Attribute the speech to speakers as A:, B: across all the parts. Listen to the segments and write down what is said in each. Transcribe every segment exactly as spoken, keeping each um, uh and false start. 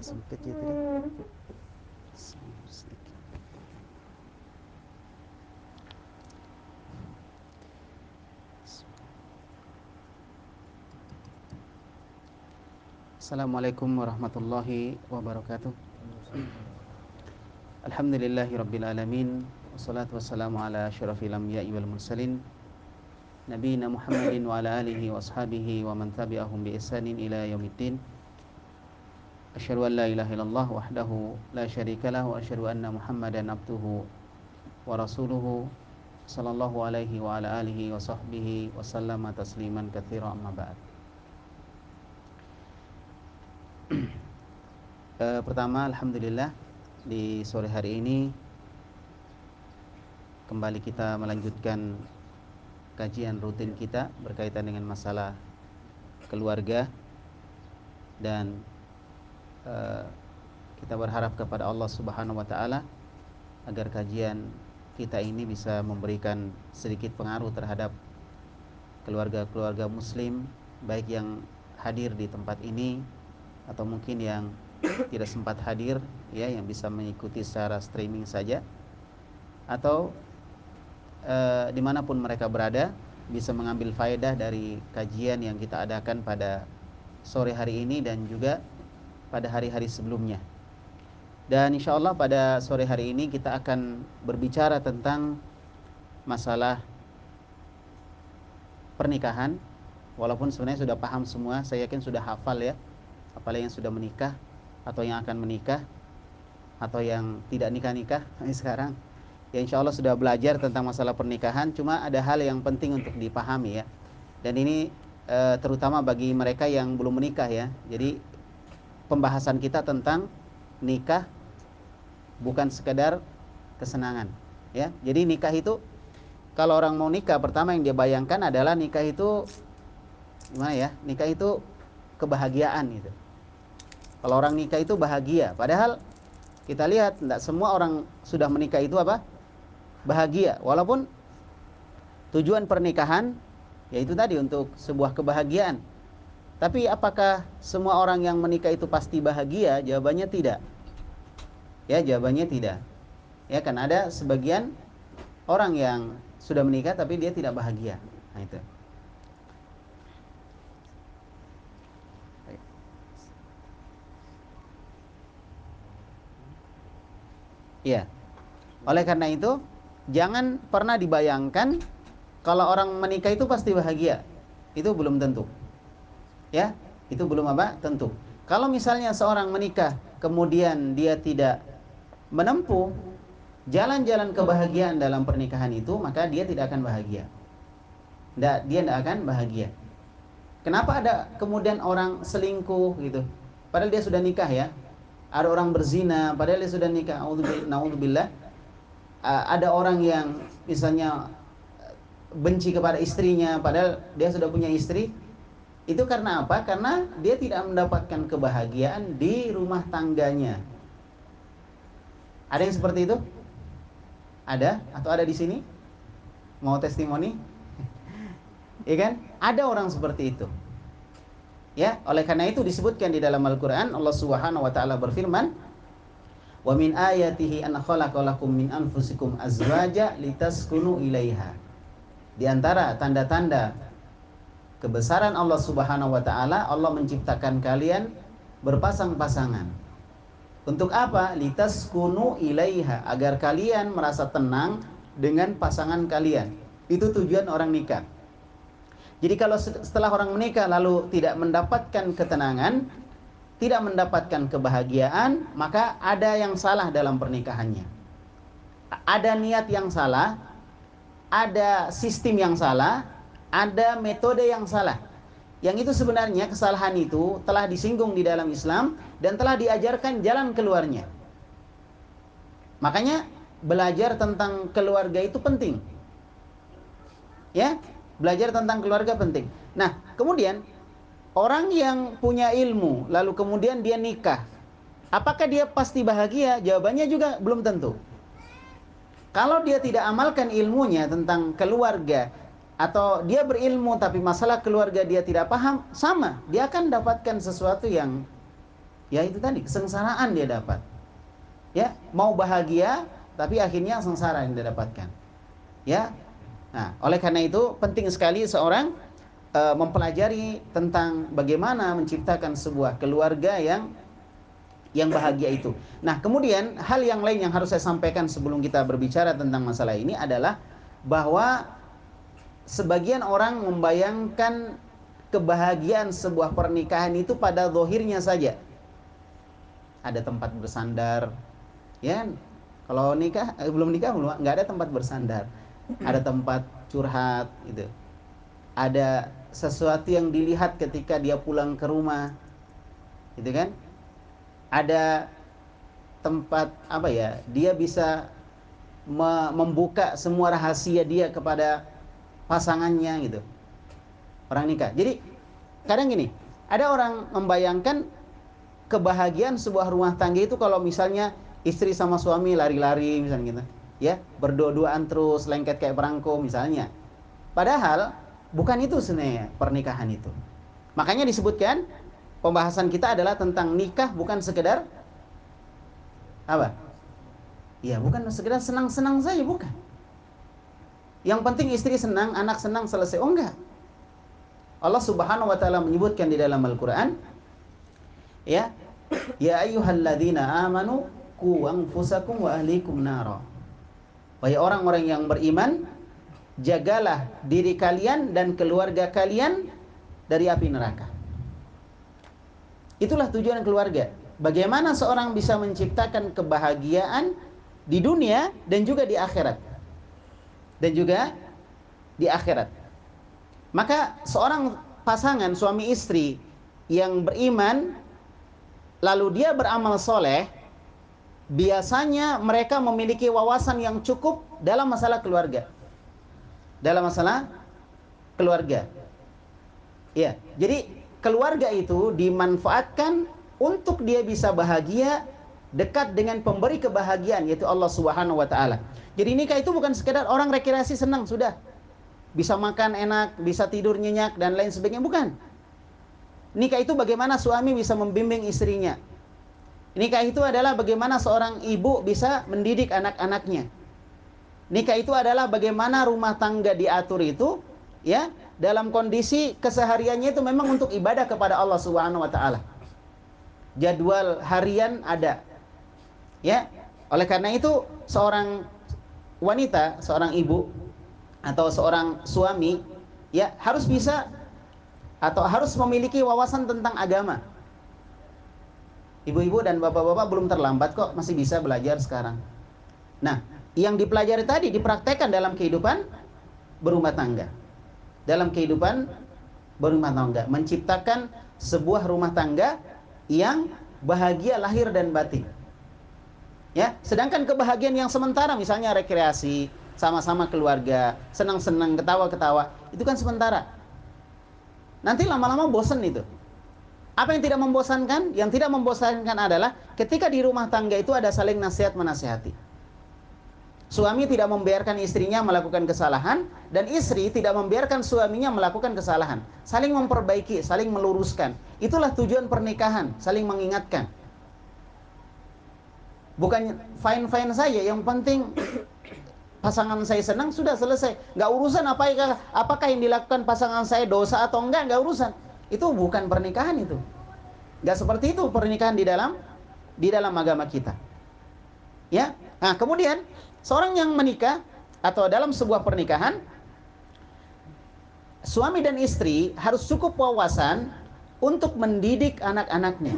A: Sempit ya tadi. Assalamualaikum warahmatullahi wabarakatuh. Alhamdulillahi rabbil alamin. Wassalatu wassalamu ala asyrafil anbiya'i wal mursalin Nabiina Muhammadin wa ala alihi wa ashabihi wa man tabi'ahum bi ihsanin ila yaumiddin. Asyhadu an la ilaha illallah wahdahu la syarika lahu wa asyhadu anna Muhammadan abduhu wa rasuluhu sallallahu alaihi wa ala alihi wa sahbihi wa sallama tasliman katsira, amma ba'd. e, Pertama, alhamdulillah di sore hari ini kembali kita melanjutkan kajian rutin kita berkaitan dengan masalah keluarga, dan uh, kita berharap kepada Allah Subhanahu wa taala agar kajian kita ini bisa memberikan sedikit pengaruh terhadap keluarga-keluarga muslim, baik yang hadir di tempat ini atau mungkin yang tidak sempat hadir, ya, yang bisa mengikuti secara streaming saja, atau Uh, dimanapun mereka berada bisa mengambil faedah dari kajian yang kita adakan pada sore hari ini dan juga pada hari-hari sebelumnya. Dan insya Allah pada sore hari ini kita akan berbicara tentang masalah pernikahan. Walaupun sebenarnya sudah paham semua, saya yakin sudah hafal ya, apalagi yang sudah menikah atau yang akan menikah atau yang tidak nikah-nikah sekarang. Ya, insya Allah sudah belajar tentang masalah pernikahan. Cuma ada hal yang penting untuk dipahami ya. Dan ini e, terutama bagi mereka yang belum menikah ya. Jadi pembahasan kita tentang nikah bukan sekedar kesenangan ya. Jadi nikah itu, kalau orang mau nikah, pertama yang dia bayangkan adalah nikah itu gimana ya? Nikah itu kebahagiaan gitu. Kalau orang nikah itu bahagia, padahal kita lihat tidak semua orang sudah menikah itu apa? Bahagia. Walaupun tujuan pernikahan yaitu tadi untuk sebuah kebahagiaan. Tapi apakah semua orang yang menikah itu pasti bahagia? Jawabannya tidak. Ya, jawabannya tidak. Ya kan, ada sebagian orang yang sudah menikah tapi dia tidak bahagia. Nah itu. Ya. Oleh karena itu, jangan pernah dibayangkan kalau orang menikah itu pasti bahagia. Itu belum tentu. Ya, itu belum apa? Tentu. Kalau misalnya seorang menikah kemudian dia tidak menempuh jalan-jalan kebahagiaan dalam pernikahan itu, maka dia tidak akan bahagia. Nggak, dia tidak akan bahagia. Kenapa ada kemudian orang selingkuh gitu? Padahal dia sudah nikah ya. Ada orang berzina, padahal dia sudah nikah. Naudzubillah. Uh, ada orang yang misalnya benci kepada istrinya padahal dia sudah punya istri. Itu karena apa? Karena dia tidak mendapatkan kebahagiaan di rumah tangganya. Ada yang seperti itu? Ada? Atau ada di sini? Mau testimoni? Ya kan? Ada orang seperti itu. Ya, oleh karena itu disebutkan di dalam Al-Qur'an, Allah Subhanahu wa taala berfirman, wa min ayatihi an khalaqalakum min anfusikum azwaja litaskunu ilaiha. Di antara tanda-tanda kebesaran Allah Subhanahu wa taala, Allah menciptakan kalian berpasang-pasangan. Untuk apa? Litaskunu ilaiha, agar kalian merasa tenang dengan pasangan kalian. Itu tujuan orang nikah. Jadi kalau setelah orang menikah lalu tidak mendapatkan ketenangan, tidak mendapatkan kebahagiaan, maka ada yang salah dalam pernikahannya. Ada niat yang salah, ada sistem yang salah, ada metode yang salah. Yang itu sebenarnya kesalahan itu telah disinggung di dalam Islam dan telah diajarkan jalan keluarnya. Makanya belajar tentang keluarga itu penting. Ya, belajar tentang keluarga penting. Nah, kemudian orang yang punya ilmu lalu kemudian dia nikah, apakah dia pasti bahagia? Jawabannya juga belum tentu. Kalau dia tidak amalkan ilmunya tentang keluarga, atau dia berilmu tapi masalah keluarga dia tidak paham, sama, dia akan dapatkan sesuatu yang Ya itu tadi, kesengsaraan dia dapat. Ya, mau bahagia tapi akhirnya sengsara yang dia dapatkan. Ya. Nah, oleh karena itu penting sekali seorang uh, mempelajari tentang bagaimana menciptakan sebuah keluarga yang yang bahagia itu. Nah, kemudian hal yang lain yang harus saya sampaikan sebelum kita berbicara tentang masalah ini adalah bahwa sebagian orang membayangkan kebahagiaan sebuah pernikahan itu pada zahirnya saja. Ada tempat bersandar, ya. Kalau nikah eh, belum nikah belum nggak ada tempat bersandar, ada tempat curhat, gitu. Ada sesuatu yang dilihat ketika dia pulang ke rumah, gitu kan? Ada tempat apa ya? Dia bisa me membuka semua rahasia dia kepada pasangannya, gitu. Orang nikah. Jadi kadang gini, ada orang membayangkan kebahagiaan sebuah rumah tangga itu kalau misalnya istri sama suami lari-lari misalnya gitu, ya, berdua-duaan terus lengket kayak perangko misalnya. Padahal bukan itu sebenarnya pernikahan itu. Makanya disebutkan pembahasan kita adalah tentang nikah bukan sekedar apa? Ya, bukan sekedar senang-senang saja, bukan. Yang penting istri senang, anak senang, selesai. Oh enggak. Allah Subhanahu wa taala menyebutkan di dalam Al-Qur'an, ya, ya ayyuhalladzina amanu qu anfusakum wa ahlikum nara. Wahai orang-orang yang beriman, jagalah diri kalian dan keluarga kalian dari api neraka. Itulah tujuan keluarga. Bagaimana seorang bisa menciptakan kebahagiaan di dunia dan juga di akhirat. Dan juga di akhirat. Maka seorang pasangan suami istri yang beriman lalu dia beramal soleh, biasanya mereka memiliki wawasan yang cukup dalam masalah keluarga. Dalam masalah keluarga. Ya, jadi keluarga itu dimanfaatkan untuk dia bisa bahagia, dekat dengan pemberi kebahagiaan, yaitu Allah Subhanahu wa taala. Jadi nikah itu bukan sekedar orang rekreasi senang sudah. Bisa makan enak, bisa tidur nyenyak dan lain sebagainya, bukan. Nikah itu bagaimana suami bisa membimbing istrinya. Nikah itu adalah bagaimana seorang ibu bisa mendidik anak-anaknya. Nikah itu adalah bagaimana rumah tangga diatur itu, ya, dalam kondisi kesehariannya itu memang untuk ibadah kepada Allah Subhanahu wa taala. Jadwal harian ada. Ya. Oleh karena itu seorang wanita, seorang ibu atau seorang suami, ya, harus bisa atau harus memiliki wawasan tentang agama. Ibu-ibu dan bapak-bapak belum terlambat kok, masih bisa belajar sekarang. Nah, yang dipelajari tadi dipraktekkan dalam kehidupan berumah tangga. Dalam kehidupan berumah tangga, menciptakan sebuah rumah tangga yang bahagia lahir dan batin. Ya, sedangkan kebahagiaan yang sementara misalnya rekreasi, sama-sama keluarga, senang-senang, ketawa-ketawa, itu kan sementara. Nanti lama-lama bosan itu. Apa yang tidak membosankan? Yang tidak membosankan adalah ketika di rumah tangga itu ada saling nasihat menasihati. Suami tidak membiarkan istrinya melakukan kesalahan, dan istri tidak membiarkan suaminya melakukan kesalahan. Saling memperbaiki, saling meluruskan. Itulah tujuan pernikahan, saling mengingatkan. Bukan fine-fine saja, yang penting pasangan saya senang, sudah selesai. Nggak urusan apakah, apakah yang dilakukan pasangan saya dosa atau enggak, nggak urusan. Itu bukan pernikahan itu. Nggak seperti itu pernikahan di dalam di dalam agama kita. Ya. Nah, kemudian seorang yang menikah atau dalam sebuah pernikahan, suami dan istri harus cukup wawasan untuk mendidik anak-anaknya.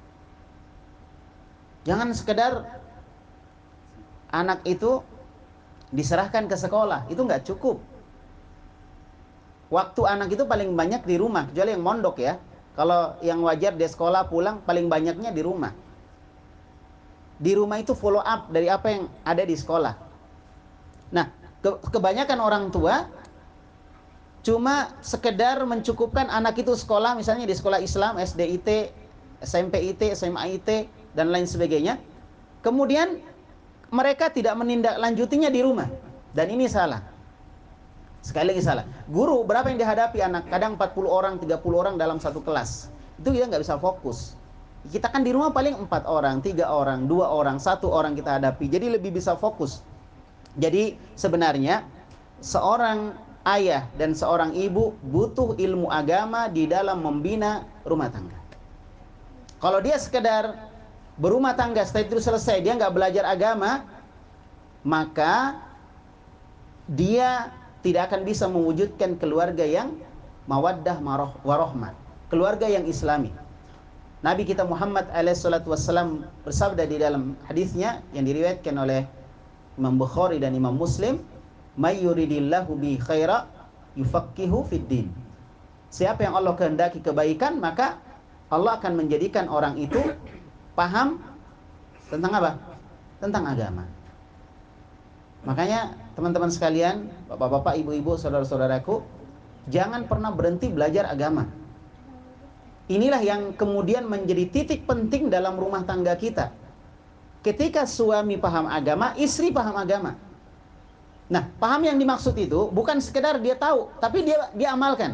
A: Jangan sekedar anak itu diserahkan ke sekolah, itu nggak cukup. Waktu anak itu paling banyak di rumah, kecuali yang mondok ya. Kalau yang wajar di sekolah pulang, paling banyaknya di rumah. Di rumah itu follow up dari apa yang ada di sekolah. Nah, ke kebanyakan orang tua cuma sekedar mencukupkan anak itu sekolah, misalnya di sekolah Islam, S D I T, S M P I T, S M A I T, dan lain sebagainya. Kemudian mereka tidak menindaklanjutinya di rumah. Dan ini salah. Sekali lagi salah. Guru berapa yang dihadapi anak? Kadang empat puluh orang, tiga puluh orang dalam satu kelas. Itu dia nggak bisa fokus. Kita kan di rumah paling empat orang, tiga orang, dua orang, satu orang kita hadapi. Jadi lebih bisa fokus. Jadi sebenarnya seorang ayah dan seorang ibu butuh ilmu agama di dalam membina rumah tangga. Kalau dia sekedar berumah tangga setelah itu selesai, dia nggak belajar agama, maka dia tidak akan bisa mewujudkan keluarga yang mawaddah warohmah, keluarga yang islami. Nabi kita Muhammad alaihi salatu wassalam bersabda di dalam hadisnya yang diriwayatkan oleh Imam Bukhari dan Imam Muslim, "May yuridillahu bi khaira yufaqihu fid din." Siapa yang Allah kehendaki kebaikan, maka Allah akan menjadikan orang itu paham tentang apa? Tentang agama. Makanya teman-teman sekalian, bapak-bapak, ibu-ibu, saudara-saudaraku, jangan pernah berhenti belajar agama. Inilah yang kemudian menjadi titik penting dalam rumah tangga kita. Ketika suami paham agama, istri paham agama. Nah, paham yang dimaksud itu bukan sekedar dia tahu, tapi dia dia amalkan.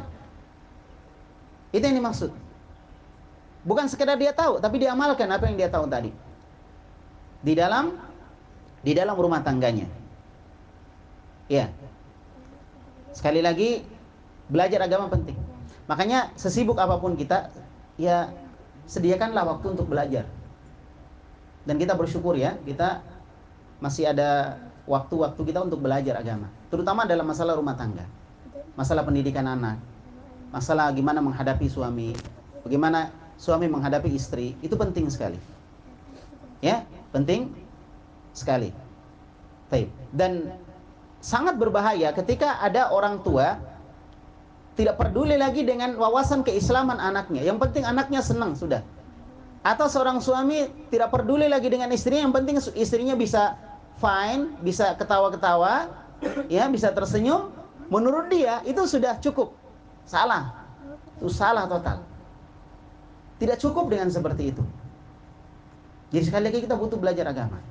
A: Itu yang dimaksud. Bukan sekedar dia tahu, tapi dia amalkan apa yang dia tahu tadi. Di dalam di dalam rumah tangganya. Ya. Sekali lagi, belajar agama penting. Makanya sesibuk apapun kita, ya sediakanlah waktu untuk belajar. Dan kita bersyukur ya, kita masih ada waktu-waktu kita untuk belajar agama. Terutama dalam masalah rumah tangga. Masalah pendidikan anak. Masalah gimana menghadapi suami. Bagaimana suami menghadapi istri. Itu penting sekali. Ya, penting sekali. Baik. Dan sangat berbahaya ketika ada orang tua tidak peduli lagi dengan wawasan keislaman anaknya. Yang penting anaknya senang sudah. Atau seorang suami tidak peduli lagi dengan istrinya, yang penting istrinya bisa fine, bisa ketawa-ketawa, ya, bisa tersenyum. Menurut dia itu sudah cukup. Salah. Itu salah total. Tidak cukup dengan seperti itu. Jadi sekali lagi kita butuh belajar agama.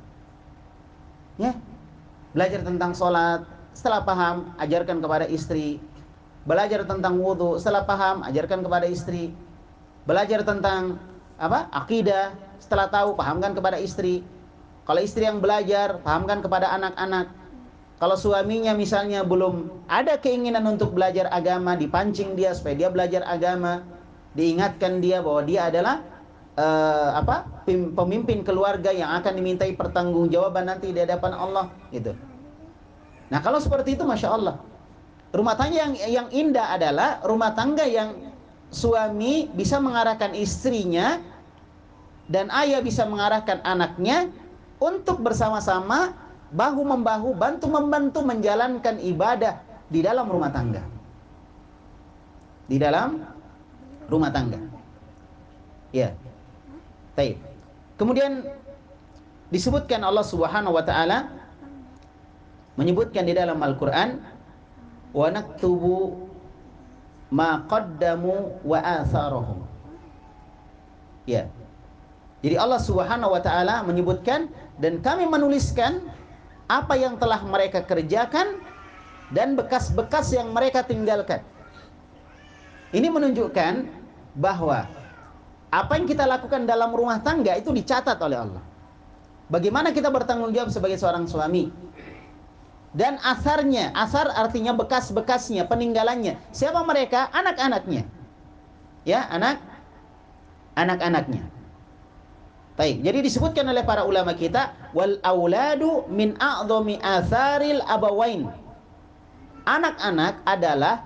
A: Ya. Belajar tentang sholat, setelah paham, ajarkan kepada istri. Belajar tentang wudhu, setelah paham, ajarkan kepada istri. Belajar tentang apa? Akidah, setelah tahu, pahamkan kepada istri. Kalau istri yang belajar, pahamkan kepada anak-anak. Kalau suaminya misalnya belum ada keinginan untuk belajar agama, dipancing dia supaya dia belajar agama, diingatkan dia bahwa dia adalah uh, apa? pemimpin keluarga yang akan dimintai pertanggungjawaban nanti di hadapan Allah, gitu. Nah, kalau seperti itu, masya Allah, rumah tangga yang yang indah adalah rumah tangga yang suami bisa mengarahkan istrinya dan ayah bisa mengarahkan anaknya untuk bersama-sama bahu membahu, bantu membantu menjalankan ibadah di dalam rumah tangga. Di dalam rumah tangga. Ya. Baik. Kemudian disebutkan Allah Subhanahu wa taala menyebutkan di dalam Al-Qur'an, wa naktubu ma qaddamu wa atharahum. Ya. Jadi Allah Subhanahu wa taala menyebutkan, dan kami menuliskan apa yang telah mereka kerjakan dan bekas-bekas yang mereka tinggalkan. Ini menunjukkan bahwa apa yang kita lakukan dalam rumah tangga itu dicatat oleh Allah. Bagaimana kita bertanggung jawab sebagai seorang suami. Dan asarnya, asar artinya bekas-bekasnya, peninggalannya. Siapa mereka? Anak-anaknya. Ya, anak anak-anaknya. Baik, jadi disebutkan oleh para ulama kita, wal auladu min a'dhami atharil abawain. Anak-anak adalah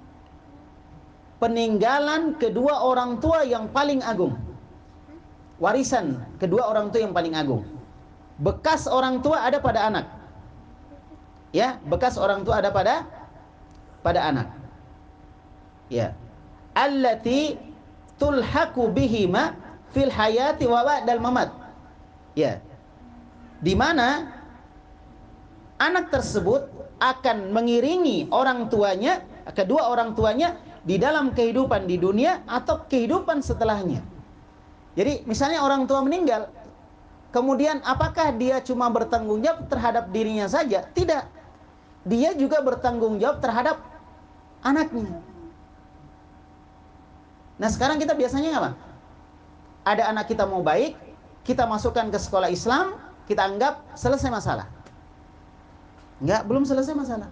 A: peninggalan kedua orang tua yang paling agung. Warisan kedua orang tua yang paling agung. Bekas orang tua ada pada anak. Ya, bekas orang tua ada pada pada anak. Ya. Allati tulhaqu bihima fil hayati wa ba'dal mamat. Ya. Di mana anak tersebut akan mengiringi orang tuanya, kedua orang tuanya di dalam kehidupan di dunia atau kehidupan setelahnya. Jadi misalnya orang tua meninggal, kemudian apakah dia cuma bertanggung jawab terhadap dirinya saja? Tidak. Dia juga bertanggung jawab terhadap anaknya. Nah, sekarang kita biasanya apa? ada anak kita mau baik, kita masukkan ke sekolah Islam, kita anggap selesai masalah. Enggak, belum selesai masalah.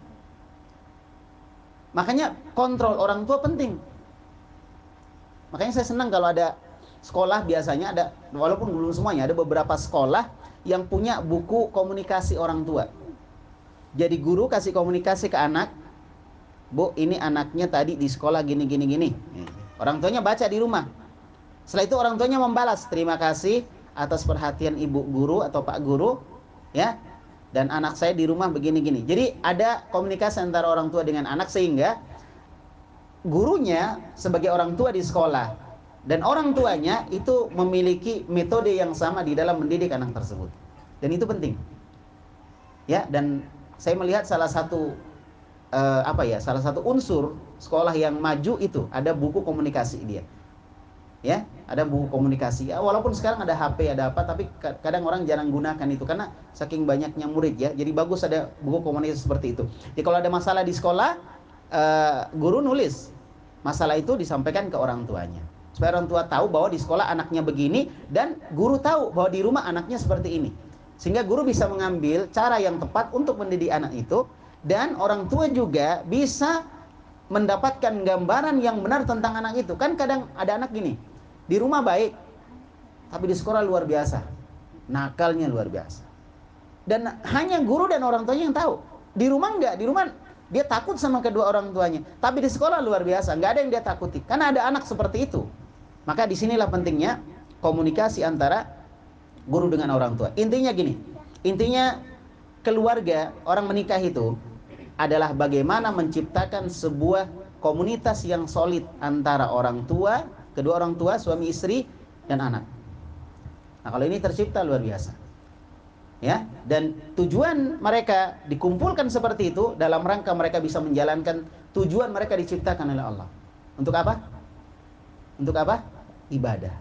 A: Makanya kontrol orang tua penting. Makanya saya senang kalau ada sekolah, biasanya ada, walaupun belum semuanya, ada beberapa sekolah yang punya buku komunikasi orang tua. Jadi guru kasih komunikasi ke anak, Bu, ini anaknya tadi di sekolah gini gini gini. Orang tuanya baca di rumah. Setelah itu orang tuanya membalas, terima kasih atas perhatian ibu guru atau pak guru, ya. Dan anak saya di rumah begini gini. Jadi ada komunikasi antara orang tua dengan anak, sehingga gurunya sebagai orang tua di sekolah dan orang tuanya itu memiliki metode yang sama di dalam mendidik anak tersebut. Dan itu penting. Ya, dan saya melihat salah satu uh, apa ya, salah satu unsur sekolah yang maju itu ada buku komunikasi dia. Ya, ada buku komunikasi. Ya, walaupun sekarang ada H P, ada apa, tapi kadang orang jarang gunakan itu karena saking banyaknya murid ya. Jadi bagus ada buku komunikasi seperti itu. Jadi kalau ada masalah di sekolah, uh, guru nulis masalah itu disampaikan ke orang tuanya. Supaya orang tua tahu bahwa di sekolah anaknya begini dan guru tahu bahwa di rumah anaknya seperti ini. Sehingga guru bisa mengambil cara yang tepat untuk mendidik anak itu, dan orang tua juga bisa mendapatkan gambaran yang benar tentang anak itu. Kan kadang ada anak gini, di rumah baik, tapi di sekolah luar biasa, nakalnya luar biasa. Dan hanya guru dan orang tuanya yang tahu. Di rumah enggak, di rumah dia takut sama kedua orang tuanya, tapi di sekolah luar biasa, enggak ada yang dia takuti. Karena ada anak seperti itu. Maka disinilah pentingnya komunikasi antara guru dengan orang tua. Intinya gini, intinya keluarga, orang menikah itu adalah bagaimana menciptakan sebuah komunitas yang solid antara orang tua, kedua orang tua, suami istri, dan anak. Nah, kalau ini tercipta luar biasa. Ya, dan tujuan mereka dikumpulkan seperti itu dalam rangka mereka bisa menjalankan tujuan mereka diciptakan oleh Allah. Untuk apa? Untuk apa? Ibadah.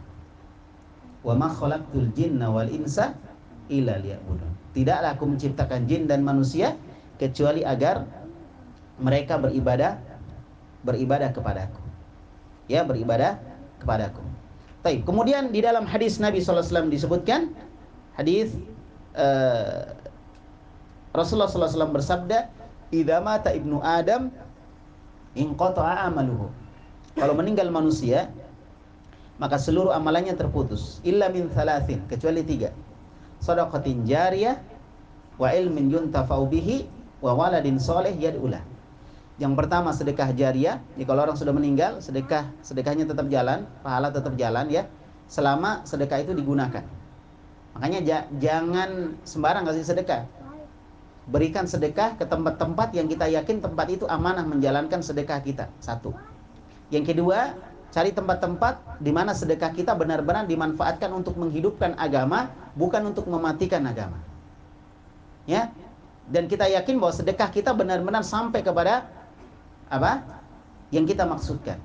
A: Wa ma khalaqtul jinna wal insa illa liya'budun. Tidaklah aku menciptakan jin dan manusia kecuali agar mereka beribadah beribadah kepadaku. Ya, beribadah kepadaku. Baik, kemudian di dalam hadis Nabi sallallahu alaihi wasallam disebutkan, hadis uh, Rasulullah sallallahu alaihi wasallam bersabda, "Idza mata ibnu Adam inqata'a amaluhu." Kalau meninggal manusia, maka seluruh amalannya terputus, illa min thalathin, kecuali tiga. Shadaqatin jariyah, wa ilmin yuntafa'u bihi, wa waladin soleh yad'ulah. Yang pertama sedekah jariyah. Jadi kalau orang sudah meninggal, sedekah sedekahnya tetap jalan, pahala tetap jalan ya, selama sedekah itu digunakan. Makanya ja, jangan sembarang kasih sedekah. Berikan sedekah ke tempat-tempat yang kita yakin tempat itu amanah menjalankan sedekah kita. Satu. Yang kedua, cari tempat-tempat di mana sedekah kita benar-benar dimanfaatkan untuk menghidupkan agama, bukan untuk mematikan agama. Ya. Dan kita yakin bahwa sedekah kita benar-benar sampai kepada apa? Yang kita maksudkan.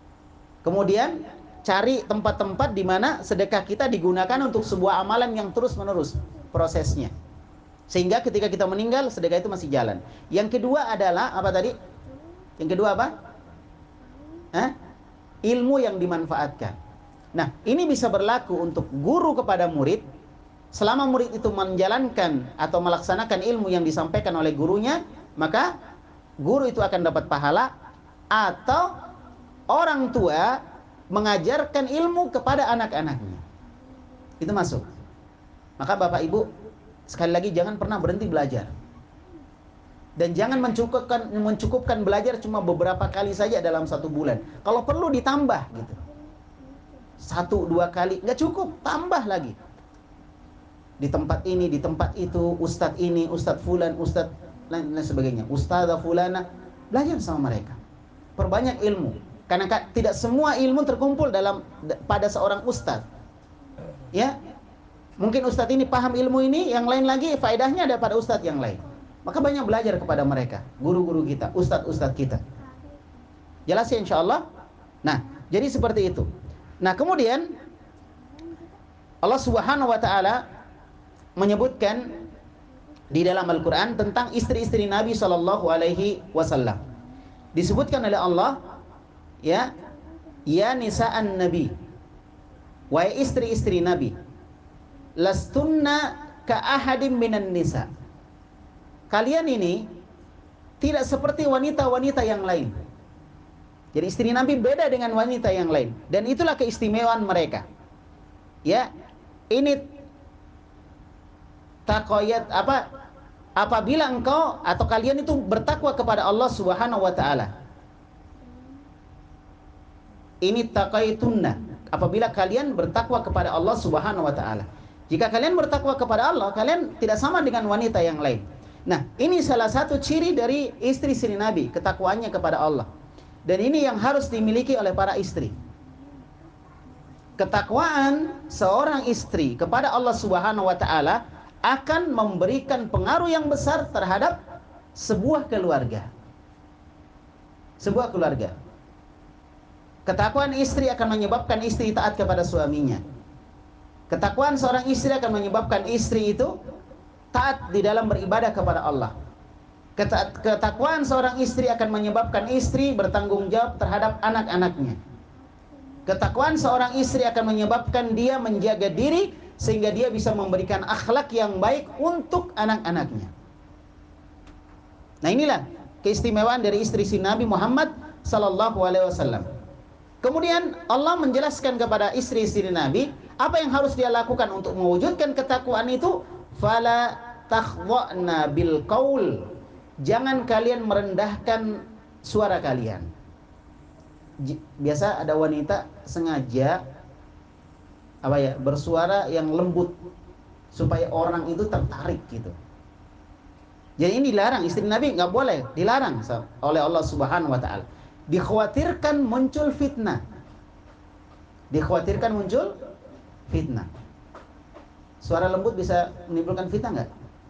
A: Kemudian cari tempat-tempat di mana sedekah kita digunakan untuk sebuah amalan yang terus-menerus prosesnya. Sehingga ketika kita meninggal, sedekah itu masih jalan. Yang kedua adalah apa tadi? Yang kedua apa? Hah? Ilmu yang dimanfaatkan. Nah, ini bisa berlaku untuk guru kepada murid. Selama murid itu menjalankan atau melaksanakan ilmu yang disampaikan oleh gurunya, maka guru itu akan dapat pahala. Atau orang tua mengajarkan ilmu kepada anak-anaknya, itu masuk. Maka Bapak Ibu, sekali lagi jangan pernah berhenti belajar. Dan jangan mencukupkan mencukupkan belajar cuma beberapa kali saja dalam satu bulan. Kalau perlu ditambah gitu. Satu, dua kali, nggak cukup, tambah lagi. Di tempat ini, di tempat itu, ustadz ini, ustadz fulan, ustadz lain, lain sebagainya. Ustadzah fulana, belajar sama mereka. Perbanyak ilmu. Karena tidak semua ilmu terkumpul dalam pada seorang ustadz. Ya. Mungkin ustadz ini paham ilmu ini, yang lain lagi faedahnya ada pada ustadz yang lain. Maka banyak belajar kepada mereka, guru-guru kita, ustadz-ustadz kita. Jelas ya insya Allah? Nah, jadi seperti itu. Nah, kemudian Allah Subhanahu wa taala menyebutkan di dalam Al-Qur'an tentang istri-istri Nabi sallallahu alaihi wasallam. Disebutkan oleh Allah, ya, ya nisa'an Nabi. Wahai istri-istri Nabi, lastunna ka ahadim minan nisa. Kalian ini tidak seperti wanita-wanita yang lain. Jadi istri Nabi beda dengan wanita yang lain, dan itulah keistimewaan mereka. Ya, ini takoyat apa? Apabila engkau atau kalian itu bertakwa kepada Allah Subhanahu wa taala. Ini taqaitunna, apabila kalian bertakwa kepada Allah Subhanahu wa taala. Jika kalian bertakwa kepada Allah, kalian tidak sama dengan wanita yang lain. Nah, ini salah satu ciri dari istri-istri Nabi, ketakwaannya kepada Allah. Dan ini yang harus dimiliki oleh para istri. Ketakwaan seorang istri kepada Allah Subhanahu wa taala akan memberikan pengaruh yang besar terhadap sebuah keluarga. Sebuah keluarga. Ketakwaan istri akan menyebabkan istri taat kepada suaminya. Ketakwaan seorang istri akan menyebabkan istri itu taat di dalam beribadah kepada Allah. Ketakwaan seorang istri akan menyebabkan istri bertanggung jawab terhadap anak-anaknya. Ketakwaan seorang istri akan menyebabkan dia menjaga diri sehingga dia bisa memberikan akhlak yang baik untuk anak-anaknya. Nah, inilah keistimewaan dari istri si Nabi Muhammad sallallahu alaihi wasallam. Kemudian Allah menjelaskan kepada istri-istri Nabi apa yang harus dia lakukan untuk mewujudkan ketakwaan itu. Fala takhdha'na bil qaul. Jangan kalian merendahkan suara kalian. Biasa ada wanita sengaja apa ya, bersuara yang lembut supaya orang itu tertarik gitu. Jadi ini dilarang, istri Nabi nggak boleh, dilarang oleh Allah Subhanahu wa taala. Dikhawatirkan muncul fitnah. Dikhawatirkan muncul fitnah. Suara lembut bisa menimbulkan fitnah nggak?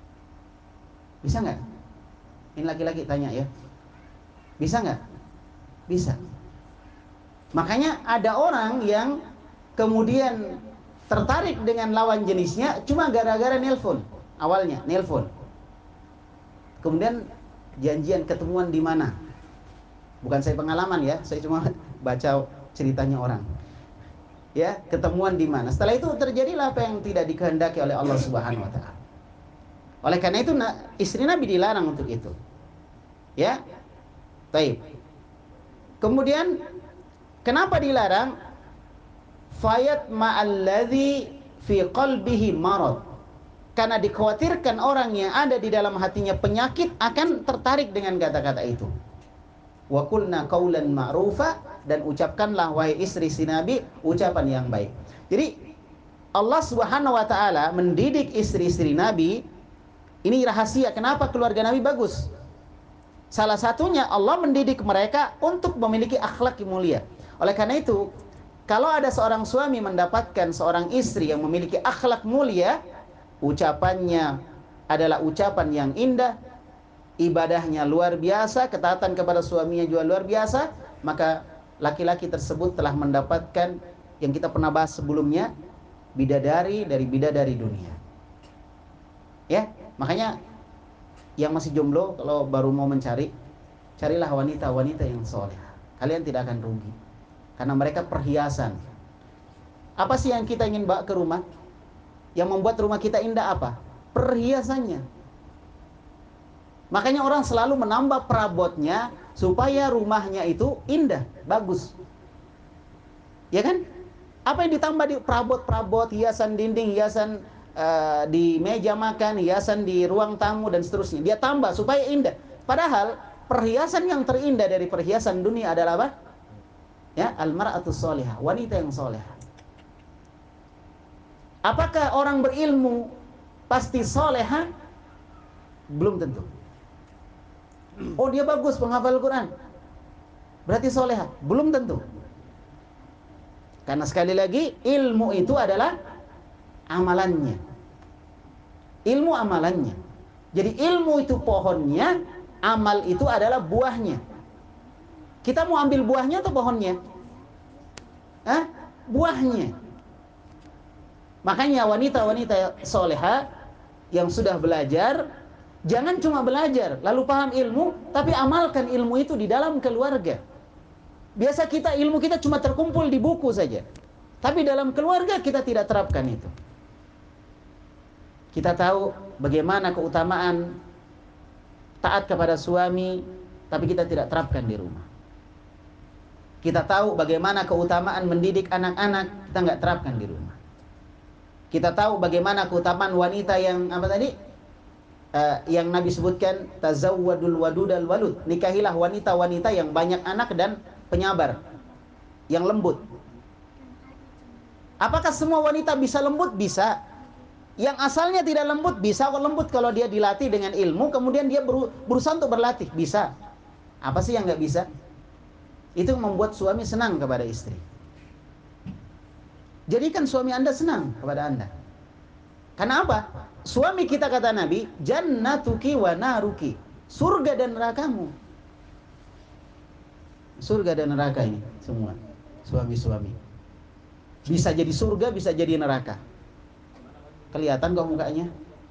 A: Bisa nggak? Ini laki-laki tanya ya. Bisa nggak? Bisa. Makanya ada orang yang kemudian tertarik dengan lawan jenisnya cuma gara-gara nelpon. Awalnya nelpon. Kemudian janjian ketemuan di mana? Bukan saya pengalaman ya, saya cuma baca ceritanya orang. Ya, ketemuan di mana? Setelah itu terjadilah apa yang tidak dikehendaki oleh Allah Subhanahu wa taala. Oleh karena itu istri Nabi dilarang untuk itu. Ya. Baik. Kemudian kenapa dilarang? Fayat ma'alladzi fi qalbihi marad. Karena dikhawatirkan orang yang ada di dalam hatinya penyakit akan tertarik dengan kata-kata itu. Wa qulna qaulan ma'rufa, dan ucapkanlah wahai istri si Nabi ucapan yang baik. Jadi Allah Subhanahu wa taala mendidik istri-istri Nabi. Ini rahasia kenapa keluarga Nabi bagus. Salah satunya Allah mendidik mereka untuk memiliki akhlak yang mulia. Oleh karena itu, kalau ada seorang suami mendapatkan seorang istri yang memiliki akhlak mulia, ucapannya adalah ucapan yang indah, ibadahnya luar biasa, ketaatan kepada suaminya juga luar biasa, maka laki-laki tersebut telah mendapatkan yang kita pernah bahas sebelumnya, bidadari dari bidadari dunia. Ya, makanya yang masih jomblo kalau baru mau mencari, carilah wanita-wanita yang soleh. Kalian tidak akan rugi, karena mereka perhiasan. Apa sih yang kita ingin bawa ke rumah? Yang membuat rumah kita indah apa? Perhiasannya. Makanya orang selalu menambah perabotnya supaya rumahnya itu indah, bagus. Ya kan? Apa yang ditambah di perabot-perabot, hiasan dinding, hiasan uh, di meja makan, hiasan di ruang tamu dan seterusnya. Dia tambah supaya indah. Padahal perhiasan yang terindah dari perhiasan dunia adalah apa? Ya, al-mar'atus sholihah, wanita yang solehah. Apakah orang berilmu pasti solehah? Belum tentu. Oh, dia bagus penghafal Quran, berarti solehah? Belum tentu. Karena sekali lagi ilmu itu adalah amalannya. Ilmu amalannya. Jadi ilmu itu pohonnya, amal itu adalah buahnya. Kita mau ambil buahnya atau pohonnya? Hah? Buahnya. Makanya wanita-wanita solehah yang sudah belajar, jangan cuma belajar lalu paham ilmu, tapi amalkan ilmu itu di dalam keluarga. Biasa kita ilmu kita cuma terkumpul di buku saja. Tapi dalam keluarga kita tidak terapkan itu. Kita tahu bagaimana keutamaan taat kepada suami, tapi kita tidak terapkan di rumah. Kita tahu bagaimana keutamaan mendidik anak-anak, kita nggak terapkan di rumah. Kita tahu bagaimana keutamaan wanita yang apa tadi? Uh, yang Nabi sebutkan, tazawwadul wadudal walud. Nikahilah wanita-wanita yang banyak anak dan penyabar, yang lembut. Apakah semua wanita bisa lembut? Bisa. Yang asalnya tidak lembut, bisa kok lembut kalau dia dilatih dengan ilmu, kemudian dia berusaha untuk berlatih, bisa. Apa sih yang nggak bisa? Itu membuat suami senang kepada istri. Jadikan suami Anda senang kepada Anda. Karena apa? Suami kita, kata Nabi, jannatuki wa naruki, surga dan nerakamu. Surga dan neraka ini semua suami-suami. Bisa jadi surga, bisa jadi neraka. Kelihatan kok mukanya.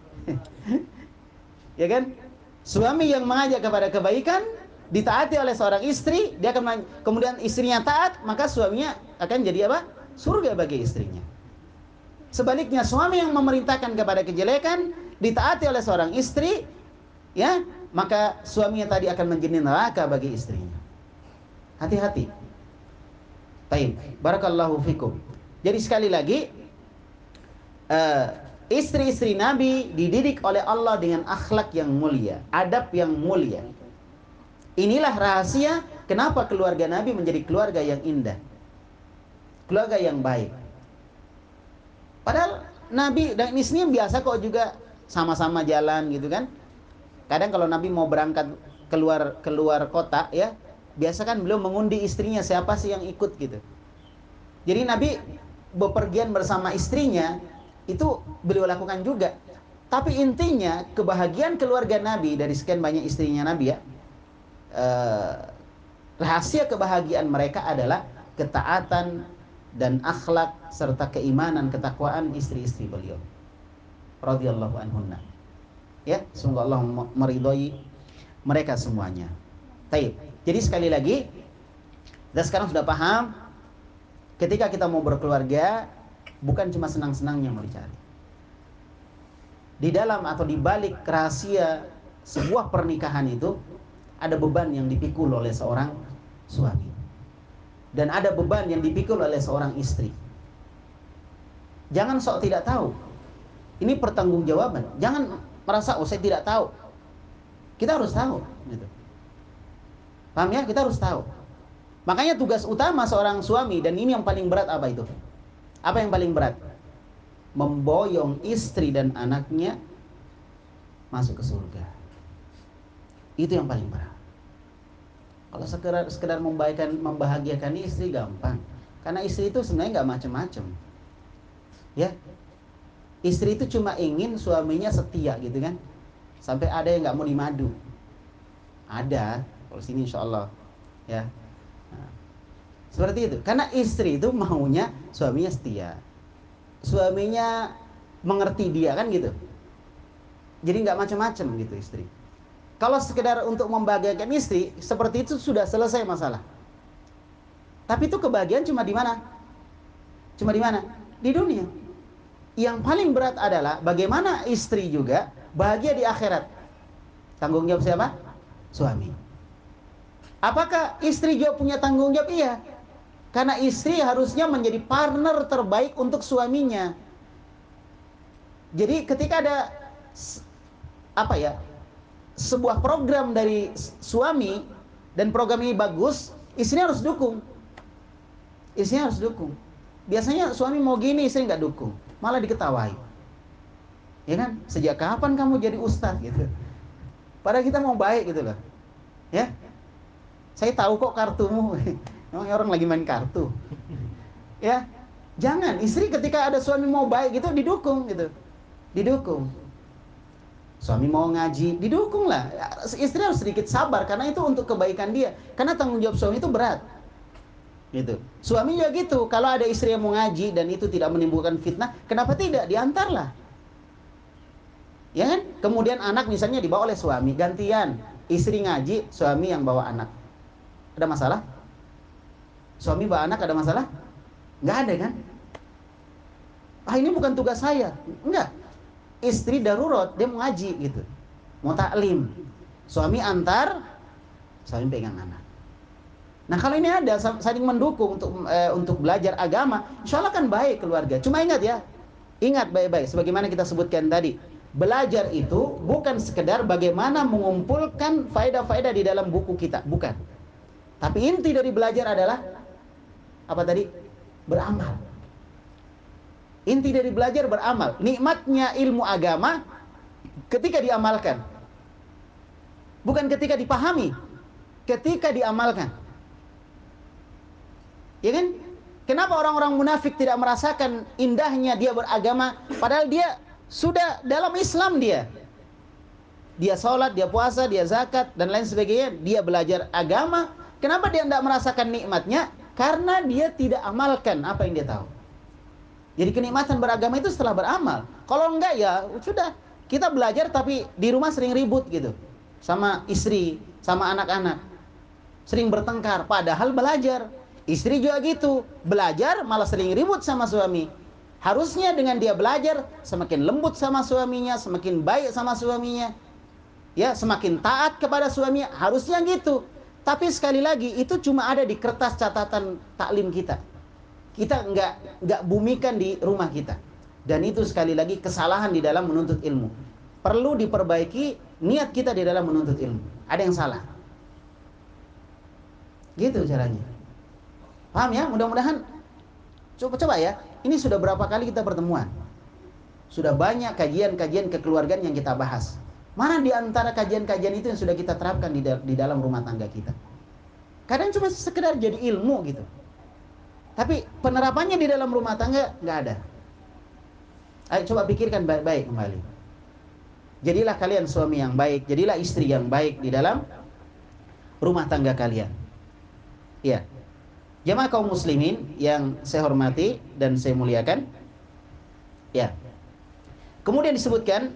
A: Ya kan? Suami yang mengajak kepada kebaikan, ditaati oleh seorang istri, dia akan kemudian istrinya taat, maka suaminya akan jadi apa? Surga bagi istrinya. Sebaliknya, suami yang memerintahkan kepada kejelekan, ditaati oleh seorang istri, ya, maka suaminya tadi akan menjadi neraka bagi istrinya. Hati-hati. Baik, barakallahu fikum. Jadi sekali lagi, uh, istri-istri Nabi dididik oleh Allah dengan akhlak yang mulia, adab yang mulia. Inilah rahasia kenapa keluarga Nabi menjadi keluarga yang indah, keluarga yang baik. Padahal Nabi dan istrinya biasa kok juga sama-sama jalan gitu kan. Kadang kalau Nabi mau berangkat keluar keluar kota ya, biasa kan beliau mengundi istrinya siapa sih yang ikut gitu. Jadi Nabi bepergian bersama istrinya itu beliau lakukan juga. Tapi intinya kebahagiaan keluarga Nabi dari sekian banyak istrinya Nabi ya, eh, rahasia kebahagiaan mereka adalah ketaatan dan akhlak serta keimanan, ketakwaan istri-istri beliau radhiyallahu anhunna. Ya, semoga Allah meridhai mereka semuanya. Baik. Jadi sekali lagi, kita sekarang sudah paham, ketika kita mau berkeluarga, bukan cuma senang-senangnya mau dicari. Di dalam atau di balik rahasia sebuah pernikahan itu, ada beban yang dipikul oleh seorang suami. Dan ada beban yang dipikul oleh seorang istri. Jangan sok tidak tahu. Ini pertanggungjawaban. Jangan merasa, oh saya tidak tahu. Kita harus tahu. Gitu. Paham ya? Kita harus tahu. Makanya tugas utama seorang suami, dan ini yang paling berat apa itu? Apa yang paling berat? Memboyong istri dan anaknya masuk ke surga. Itu yang paling berat. Kalau sekedar, sekedar membahagiakan, membahagiakan istri gampang. Karena istri itu sebenarnya nggak macam-macam. Ya, istri itu cuma ingin suaminya setia gitu kan. Sampai ada yang nggak mau dimadu. Ada, kalau sini insya Allah. Ya, nah, seperti itu. Karena istri itu maunya suaminya setia, suaminya mengerti dia kan gitu. Jadi nggak macam-macam gitu istri. Kalau sekedar untuk membahagiakan istri, seperti itu sudah selesai masalah. Tapi itu kebahagiaan cuma di mana? Cuma di mana? Di dunia. Yang paling berat adalah bagaimana istri juga bahagia di akhirat. Tanggung jawab siapa? Suami. Apakah istri juga punya tanggung jawab? Iya. Karena istri harusnya menjadi partner terbaik untuk suaminya. Jadi ketika ada apa ya? sebuah program dari suami dan program ini bagus, istrinya harus dukung. Istrinya harus dukung. Biasanya suami mau gini, istri nggak dukung, malah diketawai. Ya kan? Sejak kapan kamu jadi ustaz gitu? Padahal kita mau baik gitu loh. Ya? Saya tahu kok kartumu. Emang orang lagi main kartu. Ya? Jangan, istri ketika ada suami mau baik gitu didukung gitu. Didukung. Suami mau ngaji, didukung lah. Istri harus sedikit sabar karena itu untuk kebaikan dia. Karena tanggung jawab suami itu berat. Gitu. Suami juga gitu. Kalau ada istri yang mau ngaji dan itu tidak menimbulkan fitnah, kenapa tidak? Diantarlah. Ya kan? Kemudian anak misalnya dibawa oleh suami, gantian. Istri ngaji, suami yang bawa anak. Ada masalah? Suami bawa anak ada masalah? Nggak ada kan? ah ini bukan tugas saya. Enggak. Istri darurat, dia mau ngaji gitu. Mau taklim. Suami antar, suami pegang anak. Nah kalau ini ada saling mendukung untuk eh, untuk belajar agama, insya Allah kan baik keluarga. Cuma ingat ya, ingat baik-baik, sebagaimana kita sebutkan tadi, belajar itu bukan sekedar bagaimana mengumpulkan faedah-faedah di dalam buku kita, bukan. Tapi inti dari belajar adalah apa tadi? Beramal. Inti dari belajar beramal. Nikmatnya ilmu agama ketika diamalkan, bukan ketika dipahami, ketika diamalkan. Ya kan? Kenapa orang-orang munafik tidak merasakan indahnya dia beragama, padahal dia sudah dalam Islam dia. Dia sholat, dia puasa, dia zakat, dan lain sebagainya. Dia belajar agama. Kenapa dia tidak merasakan nikmatnya? Karena dia tidak amalkan apa yang dia tahu. Jadi kenikmatan beragama itu setelah beramal. Kalau enggak ya sudah, kita belajar tapi di rumah sering ribut gitu. Sama istri, sama anak-anak. Sering bertengkar, padahal belajar. Istri juga gitu, belajar malah sering ribut sama suami. Harusnya dengan dia belajar, semakin lembut sama suaminya, semakin baik sama suaminya, ya, semakin taat kepada suaminya. Harusnya gitu. Tapi sekali lagi itu cuma ada di kertas catatan taklim kita. Kita nggak nggak bumikan di rumah kita. Dan itu sekali lagi kesalahan di dalam menuntut ilmu. Perlu diperbaiki niat kita di dalam menuntut ilmu. Ada yang salah. Gitu caranya. Paham ya? Mudah-mudahan. Coba-coba ya. Ini sudah berapa kali kita pertemuan. Sudah banyak kajian-kajian kekeluargaan yang kita bahas. Mana di antara kajian-kajian itu yang sudah kita terapkan di, di dalam rumah tangga kita? Kadang cuma sekedar jadi ilmu gitu. Tapi penerapannya di dalam rumah tangga nggak ada. Ayo coba pikirkan baik-baik kembali. Jadilah kalian suami yang baik, jadilah istri yang baik di dalam rumah tangga kalian. Ya. Jamaah kaum muslimin yang saya hormati dan saya muliakan. Ya. Kemudian disebutkan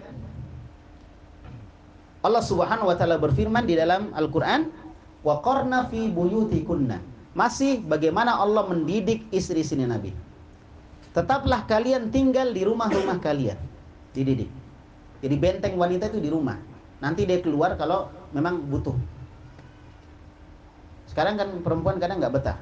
A: Allah Subhanahu wa taala berfirman di dalam Al-Qur'an, "Wa qarna fi buyutikunna." Masih bagaimana Allah mendidik istri-istri Nabi. Tetaplah kalian tinggal di rumah-rumah kalian. Dididik. Jadi benteng wanita itu di rumah. Nanti dia keluar kalau memang butuh. Sekarang kan perempuan kadang nggak betah.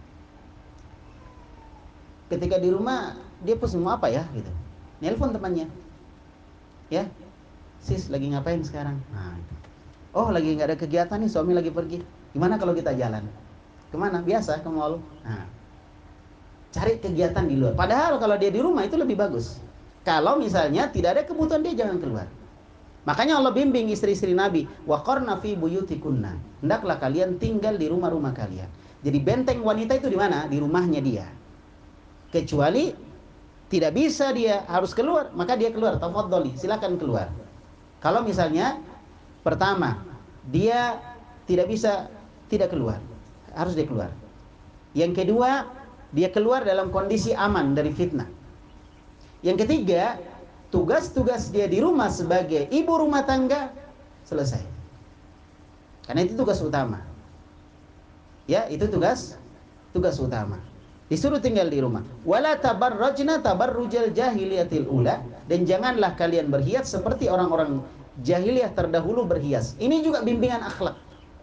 A: Ketika di rumah dia pusing mau apa ya gitu. Nelpon temannya. Ya. Sis lagi ngapain sekarang? Nah, oh lagi nggak ada kegiatan nih, suami lagi pergi. Gimana kalau kita jalan? Kemana? Biasa ke mall. Nah, cari kegiatan di luar. Padahal kalau dia di rumah itu lebih bagus. Kalau misalnya tidak ada kebutuhan dia jangan keluar. Makanya Allah bimbing istri-istri Nabi, wa qarna fi buyutikunna. Hendaklah kalian tinggal di rumah-rumah kalian. Jadi benteng wanita itu di mana? Di rumahnya dia. Kecuali tidak bisa dia harus keluar, maka dia keluar. Tafadhali, silakan keluar. Kalau misalnya pertama dia tidak bisa tidak keluar, harus dia keluar. Yang kedua, dia keluar dalam kondisi aman dari fitnah. Yang ketiga, tugas-tugas dia di rumah sebagai ibu rumah tangga selesai. Karena itu tugas utama. Ya, itu tugas tugas utama. Disuruh tinggal di rumah. Wala tabarrajna tabarrujal jahiliyatil ula, dan janganlah kalian berhias seperti orang-orang jahiliyah terdahulu berhias. Ini juga bimbingan akhlak.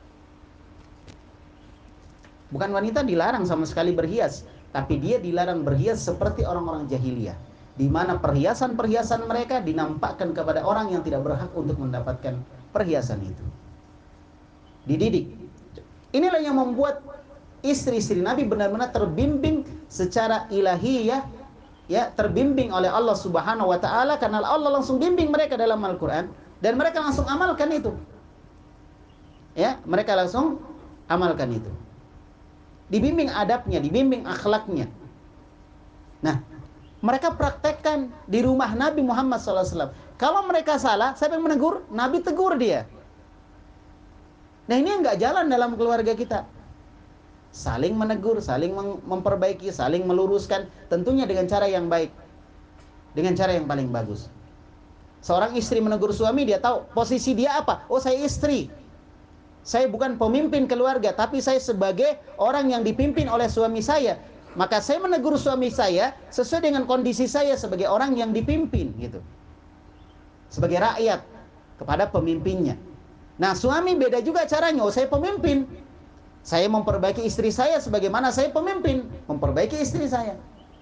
A: Bukan wanita dilarang sama sekali berhias, tapi dia dilarang berhias seperti orang-orang jahiliyah, di mana perhiasan-perhiasan mereka dinampakkan kepada orang yang tidak berhak untuk mendapatkan perhiasan itu. Dididik. Inilah yang membuat istri-istri Nabi benar-benar terbimbing secara ilahiyah, ya, terbimbing oleh Allah Subhanahu wa taala, karena Allah langsung bimbing mereka dalam Al-Qur'an dan mereka langsung amalkan itu. Ya, mereka langsung amalkan itu. Dibimbing adabnya, dibimbing akhlaknya. Nah, mereka praktekkan di rumah Nabi Muhammad shallallahu alaihi wasallam. Kalau mereka salah, siapa yang menegur? Nabi tegur dia. Nah, ini yang nggak jalan dalam keluarga kita. Saling menegur, saling memperbaiki, saling meluruskan, tentunya dengan cara yang baik, dengan cara yang paling bagus. Seorang istri menegur suami, dia tahu posisi dia apa. Oh, saya istri, saya bukan pemimpin keluarga, tapi saya sebagai orang yang dipimpin oleh suami saya. Maka saya menegur suami saya sesuai dengan kondisi saya sebagai orang yang dipimpin gitu. Sebagai rakyat kepada pemimpinnya. Nah, suami beda juga caranya. Oh, saya pemimpin. Saya memperbaiki istri saya sebagaimana saya pemimpin memperbaiki istri saya.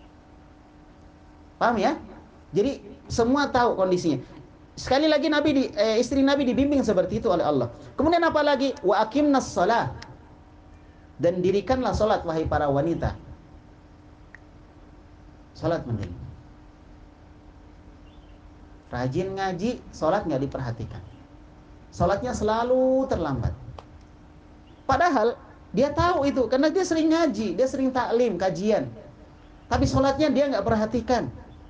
A: Paham ya? Jadi semua tahu kondisinya. Sekali lagi Nabi di, eh, istri Nabi dibimbing seperti itu oleh Allah. Kemudian apa lagi? Wa aqimnas shalah. Dan dirikanlah salat wahai para wanita. Salat penting. Rajin ngaji, salat nggak diperhatikan. Salatnya selalu terlambat. Padahal dia tahu itu karena dia sering ngaji, dia sering taklim, kajian. Tapi salatnya dia nggak perhatikan.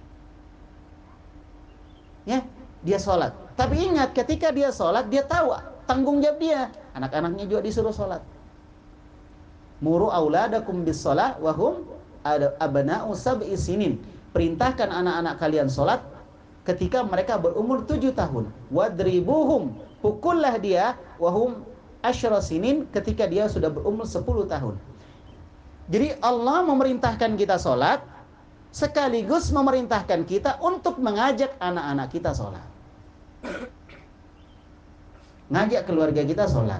A: Ya, dia salat. Tapi ingat ketika dia salat, dia tahu tanggung jawab dia. Anak-anaknya juga disuruh salat. Muru auladakum bis shalah wa hum abna'u sab'i sinin. Perintahkan anak-anak kalian salat ketika mereka berumur tujuh tahun. Wadribuhum, pukullah dia wahum asyra sinin, ketika dia sudah berumur sepuluh tahun. Jadi Allah memerintahkan kita salat sekaligus memerintahkan kita untuk mengajak anak-anak kita salat. Ngajak keluarga kita salat.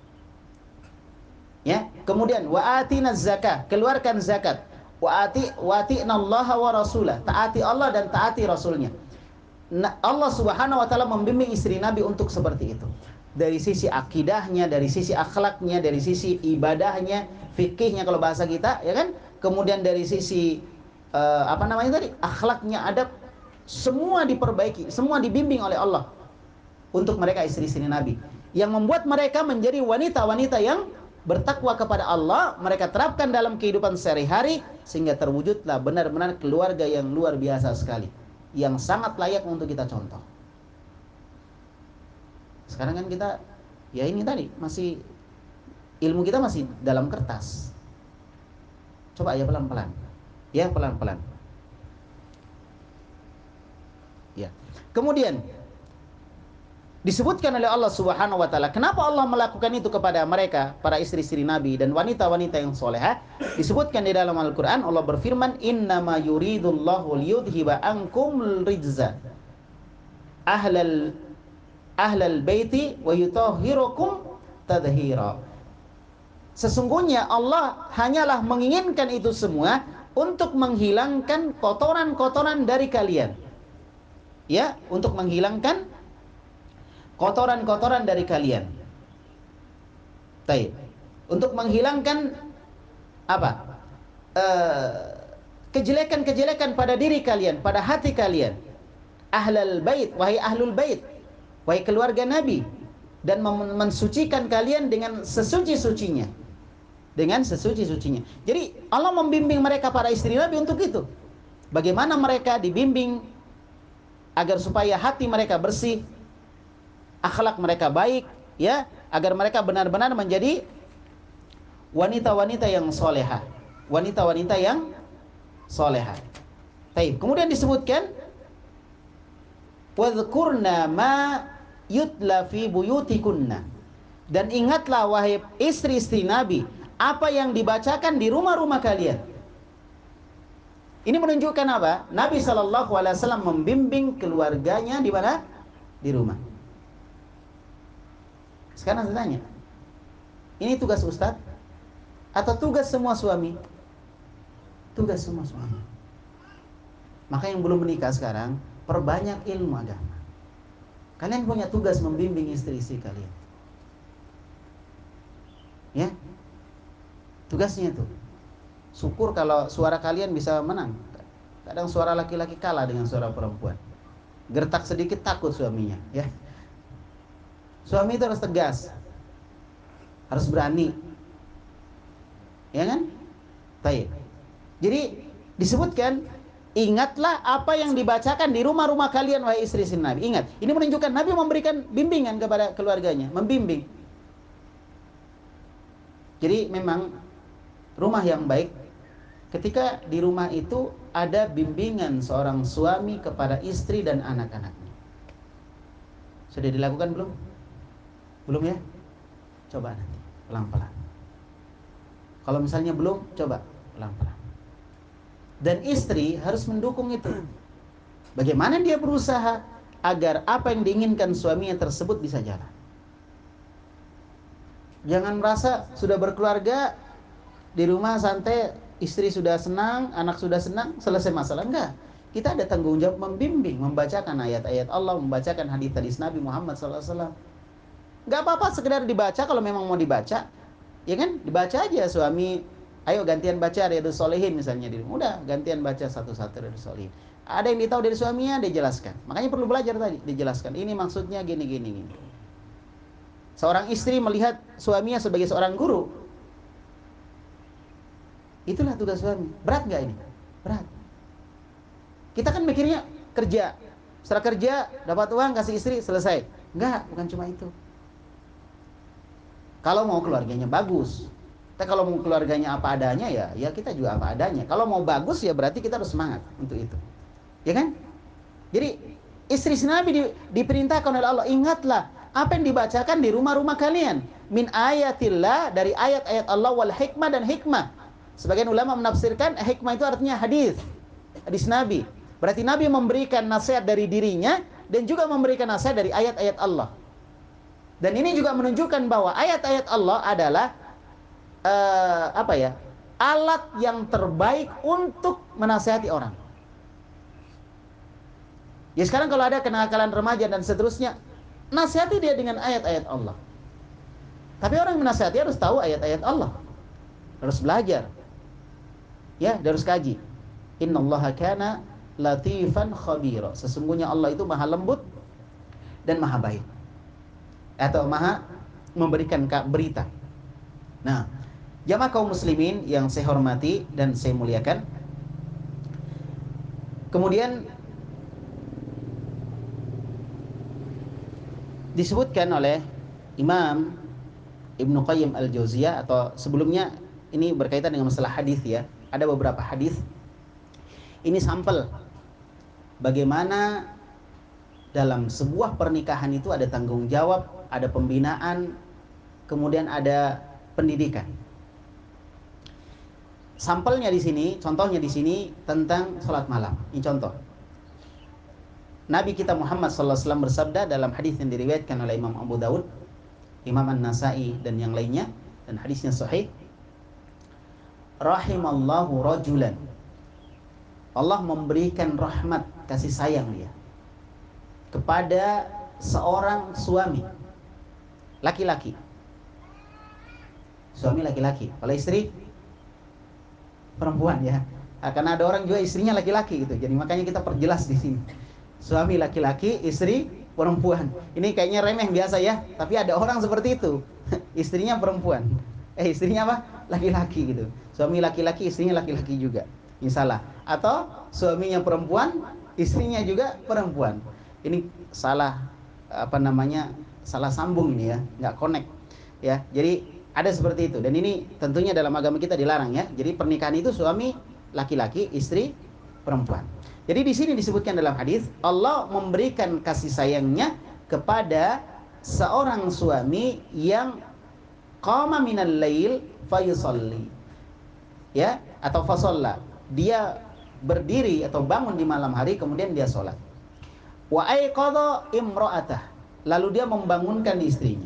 A: Ya, kemudian wa atinaz zakah, keluarkan zakat. Wa ati wa ati'nallaha wa rasulah, taati Allah dan taati rasulnya. Nah, Allah Subhanahu wa taala membimbing istri Nabi untuk seperti itu. Dari sisi akidahnya, dari sisi akhlaknya, dari sisi ibadahnya, fikihnya kalau bahasa kita, ya kan? Kemudian dari sisi uh, apa namanya tadi? Akhlaknya, adab, semua diperbaiki, semua dibimbing oleh Allah untuk mereka istri-istri Nabi. Yang membuat mereka menjadi wanita-wanita yang bertakwa kepada Allah, mereka terapkan dalam kehidupan sehari-hari sehingga terwujudlah benar-benar keluarga yang luar biasa sekali, yang sangat layak untuk kita contoh. Sekarang kan kita, ya ini tadi, masih ilmu kita masih dalam kertas. Coba ya pelan-pelan. Ya pelan-pelan. Ya. Kemudian disebutkan oleh Allah Subhanahu wa taala, kenapa Allah melakukan itu kepada mereka, para istri-istri Nabi dan wanita-wanita yang solehah? Disebutkan di dalam Al-Qur'an, Allah berfirman, "Innama yuridullahu liyudhiba ankum rijza ahlal ahlal baiti wa yutahhirukum tadhhira." Sesungguhnya Allah hanyalah menginginkan itu semua untuk menghilangkan kotoran-kotoran dari kalian. Ya, untuk menghilangkan kotoran-kotoran dari kalian. Baik. Untuk menghilangkan apa? Uh, kejelekan-kejelekan pada diri kalian, pada hati kalian. Ahlul bait, wahai ahlul bait, wahai keluarga Nabi, dan mensucikan kalian dengan sesuci-sucinya. Dengan sesuci-sucinya. Jadi Allah membimbing mereka para istri Nabi untuk itu. Bagaimana mereka dibimbing agar supaya hati mereka bersih, akhlak mereka baik, ya, agar mereka benar-benar menjadi wanita-wanita yang solehah, wanita-wanita yang solehah. Baik. Kemudian disebutkan, wadhkurna ma yutla fi buyutikunna, dan ingatlah wahai istri-istri Nabi apa yang dibacakan di rumah-rumah kalian. Ini menunjukkan apa? Nabi shallallahu alaihi wasallam membimbing keluarganya di mana? Di rumah. Sekarang saya tanya, ini tugas ustadz atau tugas semua suami? Tugas semua suami. Maka yang belum menikah sekarang, perbanyak ilmu agama. Kalian punya tugas membimbing istri-istri kalian. Ya, tugasnya itu. Syukur kalau suara kalian bisa menang. Kadang suara laki-laki kalah dengan suara perempuan. Gertak sedikit takut suaminya, ya. Suami itu harus tegas, harus berani, ya kan? Baik. Jadi disebutkan, ingatlah apa yang dibacakan di rumah-rumah kalian wahai istri-istri Nabi. Ingat, ini menunjukkan Nabi memberikan bimbingan kepada keluarganya, membimbing. Jadi memang rumah yang baik ketika di rumah itu ada bimbingan seorang suami kepada istri dan anak-anaknya. Sudah dilakukan belum? Belum ya? Coba nanti pelan-pelan. Kalau misalnya belum, coba pelan-pelan. Dan istri harus mendukung itu. Bagaimana dia berusaha agar apa yang diinginkan suaminya tersebut bisa jalan. Jangan merasa sudah berkeluarga, di rumah santai, istri sudah senang, anak sudah senang, selesai masalah. Enggak. Kita ada tanggung jawab membimbing, membacakan ayat-ayat Allah, membacakan hadis-hadis Nabi Muhammad sallallahu alaihi wasallam. Enggak apa-apa sekedar dibaca kalau memang mau dibaca. Ya kan? Dibaca aja suami, ayo gantian baca Riyadhus Shalihin misalnya di rumah. Udah, gantian baca satu-satu Riyadhus Shalihin. Ada yang ditahu dari suaminya, dia jelaskan. Makanya perlu belajar tadi, dijelaskan. Ini maksudnya gini gini gini. Seorang istri melihat suaminya sebagai seorang guru. Itulah tugas suami. Berat nggak ini? Berat. Kita kan mikirnya kerja. Setelah kerja, dapat uang, kasih istri, selesai. Enggak, bukan cuma itu. Kalau mau keluarganya bagus. Tapi kalau mau keluarganya apa adanya, ya ya kita juga apa adanya. Kalau mau bagus, ya berarti kita harus semangat untuk itu. Ya kan? Jadi, istri Nabi di, diperintahkan oleh Allah, ingatlah apa yang dibacakan di rumah-rumah kalian. Min ayatillah, dari ayat-ayat Allah, wal hikmah, dan hikmah. Sebagian ulama menafsirkan hikmah itu artinya hadis, hadis Nabi. Berarti Nabi memberikan nasihat dari dirinya dan juga memberikan nasihat dari ayat-ayat Allah. Dan ini juga menunjukkan bahwa ayat-ayat Allah adalah uh, apa ya? alat yang terbaik untuk menasihati orang. Ya sekarang kalau ada kenakalan remaja dan seterusnya, nasihati dia dengan ayat-ayat Allah. Tapi orang menasihati harus tahu ayat-ayat Allah. Harus belajar. Ya, harus kaji. Innallaha kana latifan khabira. Sesungguhnya Allah itu maha lembut dan maha baik. Atau maha memberikan berita. Nah, jamaah kaum muslimin yang saya hormati dan saya muliakan. Kemudian disebutkan oleh Imam Ibnu Qayyim Al-Jauziyah, atau sebelumnya ini berkaitan dengan masalah hadis ya. Ada beberapa hadis. Ini sampel bagaimana dalam sebuah pernikahan itu ada tanggung jawab, ada pembinaan, kemudian ada pendidikan. Sampelnya di sini, contohnya di sini tentang salat malam. Ini contoh. Nabi kita Muhammad sallallahu alaihi wasallam bersabda dalam hadis yang diriwayatkan oleh Imam Abu Daud, Imam An-Nasai dan yang lainnya, dan hadisnya sahih. Rahimallahu rajulan. Allah memberikan rahmat, kasih sayang dia kepada seorang suami laki-laki. Suami laki-laki. Kalau istri perempuan ya. Karena ada orang juga istrinya laki-laki gitu. Jadi makanya kita perjelas di sini. Suami laki-laki, istri perempuan. Ini kayaknya remeh biasa ya, tapi ada orang seperti itu. Istrinya perempuan. Eh istrinya apa? Laki-laki gitu. Suami laki-laki, istrinya laki-laki juga. Ini salah. Atau suaminya perempuan, istrinya juga perempuan. Ini salah apa namanya? Salah sambung ini ya, nggak connect. Ya. Jadi ada seperti itu. Dan ini tentunya dalam agama kita dilarang ya. Jadi pernikahan itu suami laki-laki, istri perempuan. Jadi di sini disebutkan dalam hadis, Allah memberikan kasih sayangnya kepada seorang suami yang qama minal lail fayusalli. Ya, atau fasalla. Dia berdiri atau bangun di malam hari kemudian dia salat. Wa aiqadha imra'atah. Lalu dia membangunkan istrinya.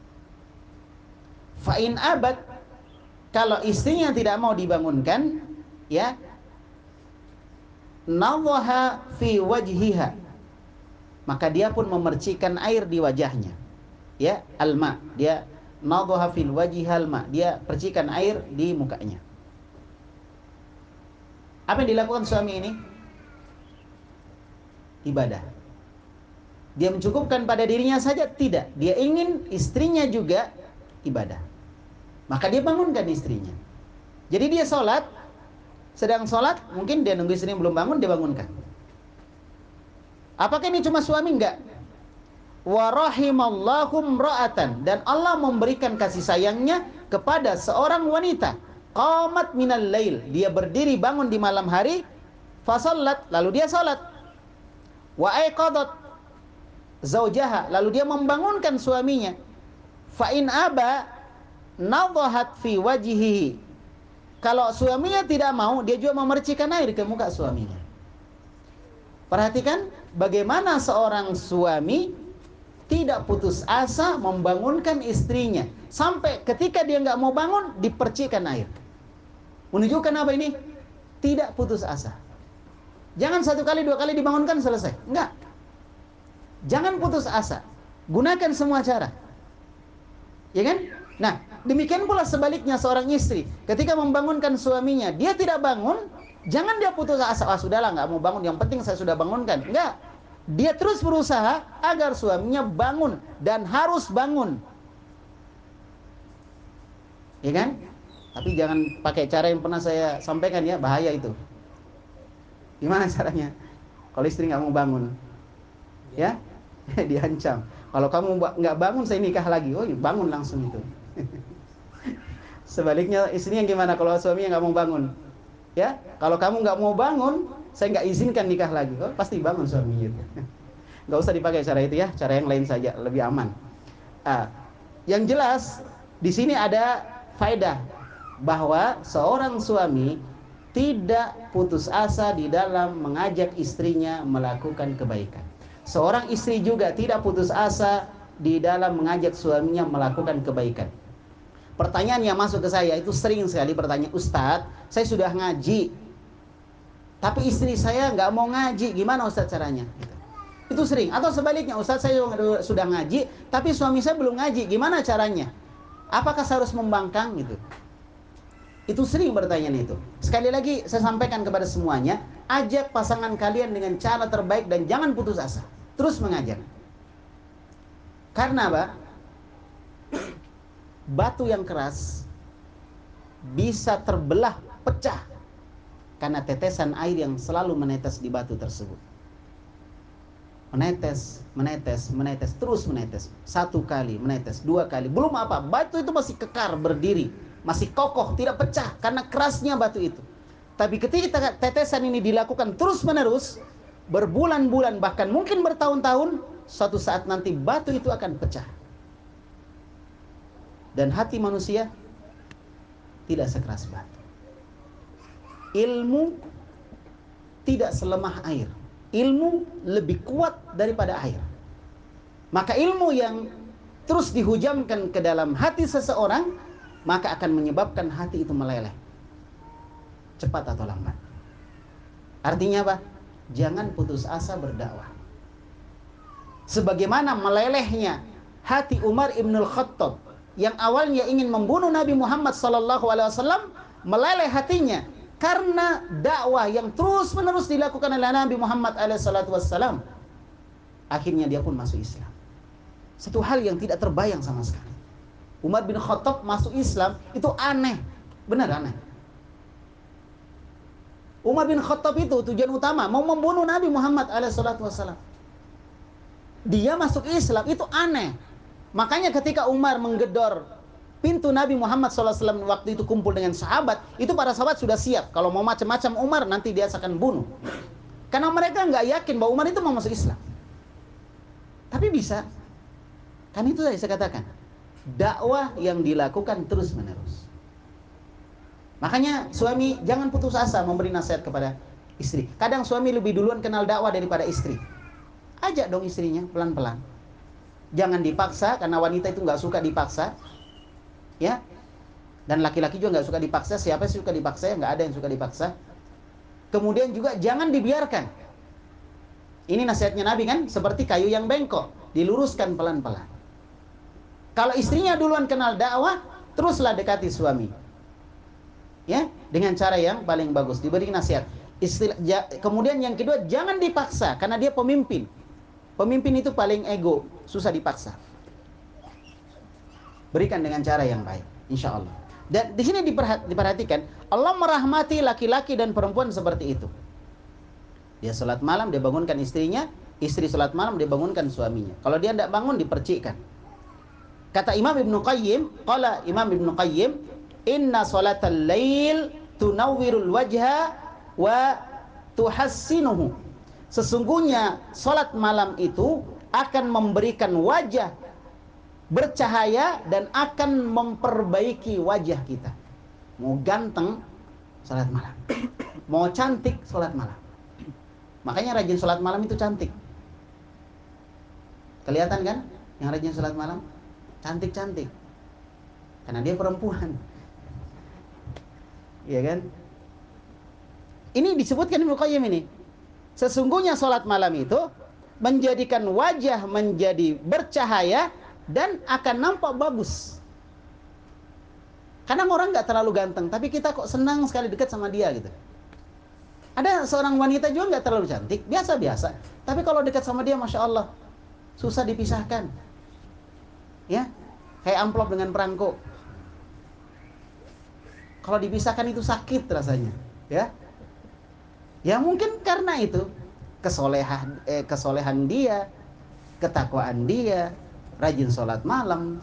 A: Fa in abad, kalau istrinya tidak mau dibangunkan, ya, nadhaha fi wajhiha, maka dia pun memercikan air di wajahnya. Ya, alma, dia nadhaha fil wajhi alma, dia percikan air di mukanya. Apa yang dilakukan suami ini? Ibadah. Dia mencukupkan pada dirinya saja? Tidak. Dia ingin istrinya juga ibadah. Maka dia bangunkan istrinya. Jadi dia sholat, sedang sholat, mungkin dia nunggu istrinya belum bangun, dia bangunkan. Apakah ini cuma suami? Enggak. Wa rahimallahu imra'atan, dan Allah memberikan kasih sayangnya kepada seorang wanita. Qamat minal lail, dia berdiri bangun di malam hari, fasallat, lalu dia salat. Wa aiqadat zaujaha, lalu dia membangunkan suaminya. Fa in aba nadhahat fi wajhihi, Kalau suaminya tidak mau, dia juga memercikan air ke muka suaminya. Perhatikan bagaimana seorang suami tidak putus asa membangunkan istrinya. Sampai ketika dia nggak mau bangun, dipercikkan air. Menunjukkan apa ini? Tidak putus asa. Jangan satu kali, dua kali dibangunkan, selesai. Enggak. Jangan putus asa. Gunakan semua cara. Ya kan? Nah, demikian pula sebaliknya seorang istri. Ketika membangunkan suaminya, dia tidak bangun, jangan dia putus asa. Ah, sudahlah, nggak mau bangun. Yang penting saya sudah bangunkan. Enggak. Dia terus berusaha agar suaminya bangun. Dan harus bangun. Ya kan? Tapi jangan pakai cara yang pernah saya sampaikan ya. Bahaya itu. Gimana caranya? Kalau istri nggak mau bangun, ya, diancam. Kalau kamu nggak bangun, saya nikah lagi. Oh, bangun langsung itu. Sebaliknya istrinya gimana? Kalau suaminya nggak mau bangun, ya, kalau kamu nggak mau bangun, saya nggak izinkan nikah lagi. Oh, pasti bangun suaminya itu. Nggak usah dipakai cara itu ya. Cara yang lain saja, lebih aman. Ah, yang jelas di sini ada faedah bahwa seorang suami tidak putus asa di dalam mengajak istrinya melakukan kebaikan. Seorang istri juga tidak putus asa di dalam mengajak suaminya melakukan kebaikan. Pertanyaan yang masuk ke saya itu sering sekali bertanya, Ustadz, saya sudah ngaji, tapi istri saya nggak mau ngaji, gimana Ustadz caranya? Itu sering. Atau sebaliknya, Ustadz, saya sudah ngaji, tapi suami saya belum ngaji, gimana caranya? Apakah saya harus membangkang gitu? Itu sering pertanyaan itu. Sekali lagi saya sampaikan kepada semuanya, ajak pasangan kalian dengan cara terbaik dan jangan putus asa. Terus mengajak. Karena apa? Batu yang keras bisa terbelah, pecah karena tetesan air yang selalu menetes di batu tersebut. Menetes, menetes, menetes, terus menetes. Satu kali menetes, dua kali. Belum apa, batu itu masih kekar berdiri, masih kokoh, tidak pecah karena kerasnya batu itu. Tapi ketika tetesan ini dilakukan terus-menerus, berbulan-bulan, bahkan mungkin bertahun-tahun, suatu saat nanti batu itu akan pecah. Dan hati manusia tidak sekeras batu. Ilmu tidak selemah air. Ilmu lebih kuat daripada air. Maka ilmu yang terus dihujamkan ke dalam hati seseorang, maka akan menyebabkan hati itu meleleh, cepat atau lambat. Artinya apa? Jangan putus asa berdakwah. Sebagaimana melelehnya hati Umar ibnul Khattab yang awalnya ingin membunuh Nabi Muhammad sallallahu alaihi wasallam, meleleh hatinya karena dakwah yang terus-menerus dilakukan oleh Nabi Muhammad alaihi salatu wasallam. Akhirnya dia pun masuk Islam. Satu hal yang tidak terbayang sama sekali. Umar bin Khattab masuk Islam itu aneh, benar aneh. Umar bin Khattab itu tujuan utama mau membunuh Nabi Muhammad alaihi salatu wasallam. Dia masuk Islam itu aneh. Makanya ketika Umar menggedor pintu Nabi Muhammad shallallahu alaihi wasallam waktu itu kumpul dengan sahabat, itu para sahabat sudah siap. Kalau mau macam-macam Umar nanti dia akan bunuh. Karena mereka nggak yakin bahwa Umar itu mau masuk Islam. Tapi bisa. Kan itu tadi saya katakan. Dakwah yang dilakukan terus-menerus. Makanya suami jangan putus asa memberi nasihat kepada istri. Kadang suami lebih duluan kenal dakwah daripada istri. Ajak dong istrinya pelan-pelan. Jangan dipaksa, karena wanita itu nggak suka dipaksa. Ya, dan laki-laki juga nggak suka dipaksa. Siapa sih suka dipaksa? Ya, nggak ada yang suka dipaksa. Kemudian juga jangan dibiarkan. Ini nasihatnya Nabi kan, seperti kayu yang bengkok, diluruskan pelan-pelan. Kalau istrinya duluan kenal dakwah, teruslah dekati suami. Ya, dengan cara yang paling bagus, diberi nasihat. Istilah, ja, kemudian yang kedua, jangan dipaksa, karena dia pemimpin. Pemimpin itu paling ego, susah dipaksa. Berikan dengan cara yang baik, insya Allah. Dan di sini diperhatikan, Allah merahmati laki-laki dan perempuan seperti itu. Dia sholat malam, dia bangunkan istrinya. Istri sholat malam, dia bangunkan suaminya. Kalau dia tidak bangun, dipercikkan. Kata Imam Ibnu Qayyim, qala Imam Ibnu Qayyim, inna sholatal lail tunawwirul wajha wa tuhassinuhu. Sesungguhnya sholat malam itu akan memberikan wajah bercahaya dan akan memperbaiki wajah kita. Mau ganteng, Sholat malam. Mau cantik, sholat malam. Makanya rajin sholat malam itu cantik. Kelihatan kan? Yang rajin sholat malam cantik-cantik. Karena dia perempuan. Iya kan? Ini disebutkan Ibnu Qayyim ini. Sesungguhnya sholat malam itu menjadikan wajah menjadi bercahaya dan akan nampak bagus. Kadang orang nggak terlalu ganteng, tapi kita kok senang sekali dekat sama dia gitu. Ada seorang wanita juga nggak terlalu cantik, biasa-biasa. Tapi kalau dekat sama dia, Masya Allah, susah dipisahkan. Ya, kayak amplop dengan perangko. Kalau dipisahkan itu sakit rasanya. Ya, ya mungkin karena itu kesolehan, eh, kesolehan dia, ketakwaan dia, rajin sholat malam.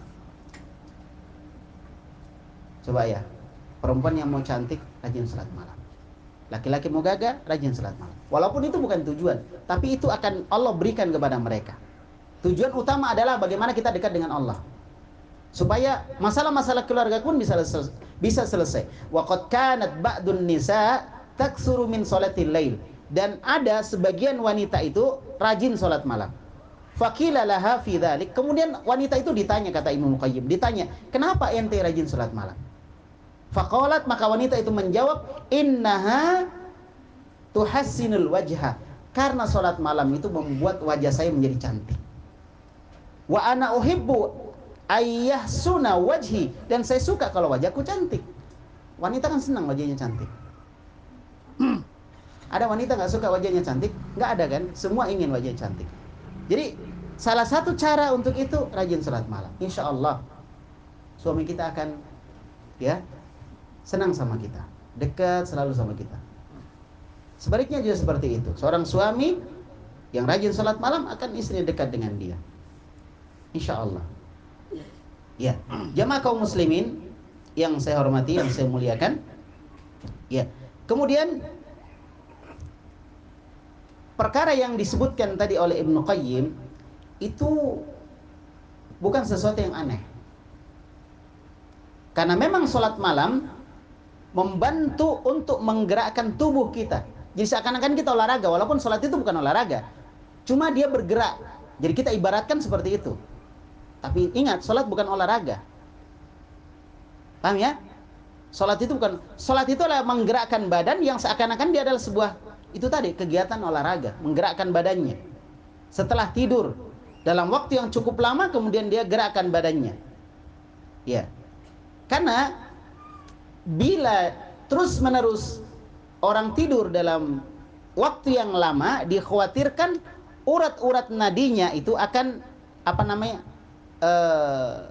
A: Coba ya, perempuan yang mau cantik rajin sholat malam. Laki-laki mau gagah rajin sholat malam. Walaupun itu bukan tujuan, tapi itu akan Allah berikan kepada mereka. Tujuan utama adalah bagaimana kita dekat dengan Allah, supaya masalah-masalah keluarga pun bisa selesai, bisa selesai. Wa qad kanat ba'dun nisa taksuru min sholatil lail. Dan ada sebagian wanita itu rajin sholat malam. Faqila laha fi dzalik. Kemudian wanita itu ditanya, kata Ibnu Qayyim, ditanya, "Kenapa ente rajin sholat malam?" Faqalat, maka wanita itu menjawab, "Innaha tuhassinul wajha." Karena sholat malam itu membuat wajah saya menjadi cantik. Wa ana uhibbu ayyahsuna wajhi, dan saya suka kalau wajahku cantik. Wanita kan senang wajahnya cantik. Ada wanita nggak suka wajahnya cantik? Nggak ada kan? Semua ingin wajahnya cantik. Jadi salah satu cara untuk itu rajin sholat malam. Insya Allah suami kita akan ya senang sama kita, dekat selalu sama kita. Sebaliknya juga seperti itu. Seorang suami yang rajin sholat malam akan istrinya dekat dengan dia. Insya Allah. Ya, jamaah kaum muslimin yang saya hormati, yang saya muliakan. Ya, kemudian perkara yang disebutkan tadi oleh Ibnu Qayyim itu bukan sesuatu yang aneh. Karena memang sholat malam membantu untuk menggerakkan tubuh kita. Jadi seakan-akan kita olahraga, walaupun sholat itu bukan olahraga, cuma dia bergerak. Jadi kita ibaratkan seperti itu. Tapi ingat, sholat bukan olahraga. Paham ya? Sholat itu bukan, sholat itu adalah menggerakkan badan yang seakan-akan dia adalah sebuah, itu tadi, kegiatan olahraga, menggerakkan badannya. Setelah tidur, dalam waktu yang cukup lama, kemudian dia gerakkan badannya. Ya. Karena bila terus-menerus orang tidur dalam waktu yang lama, dikhawatirkan urat-urat nadinya itu akan apa namanya uh,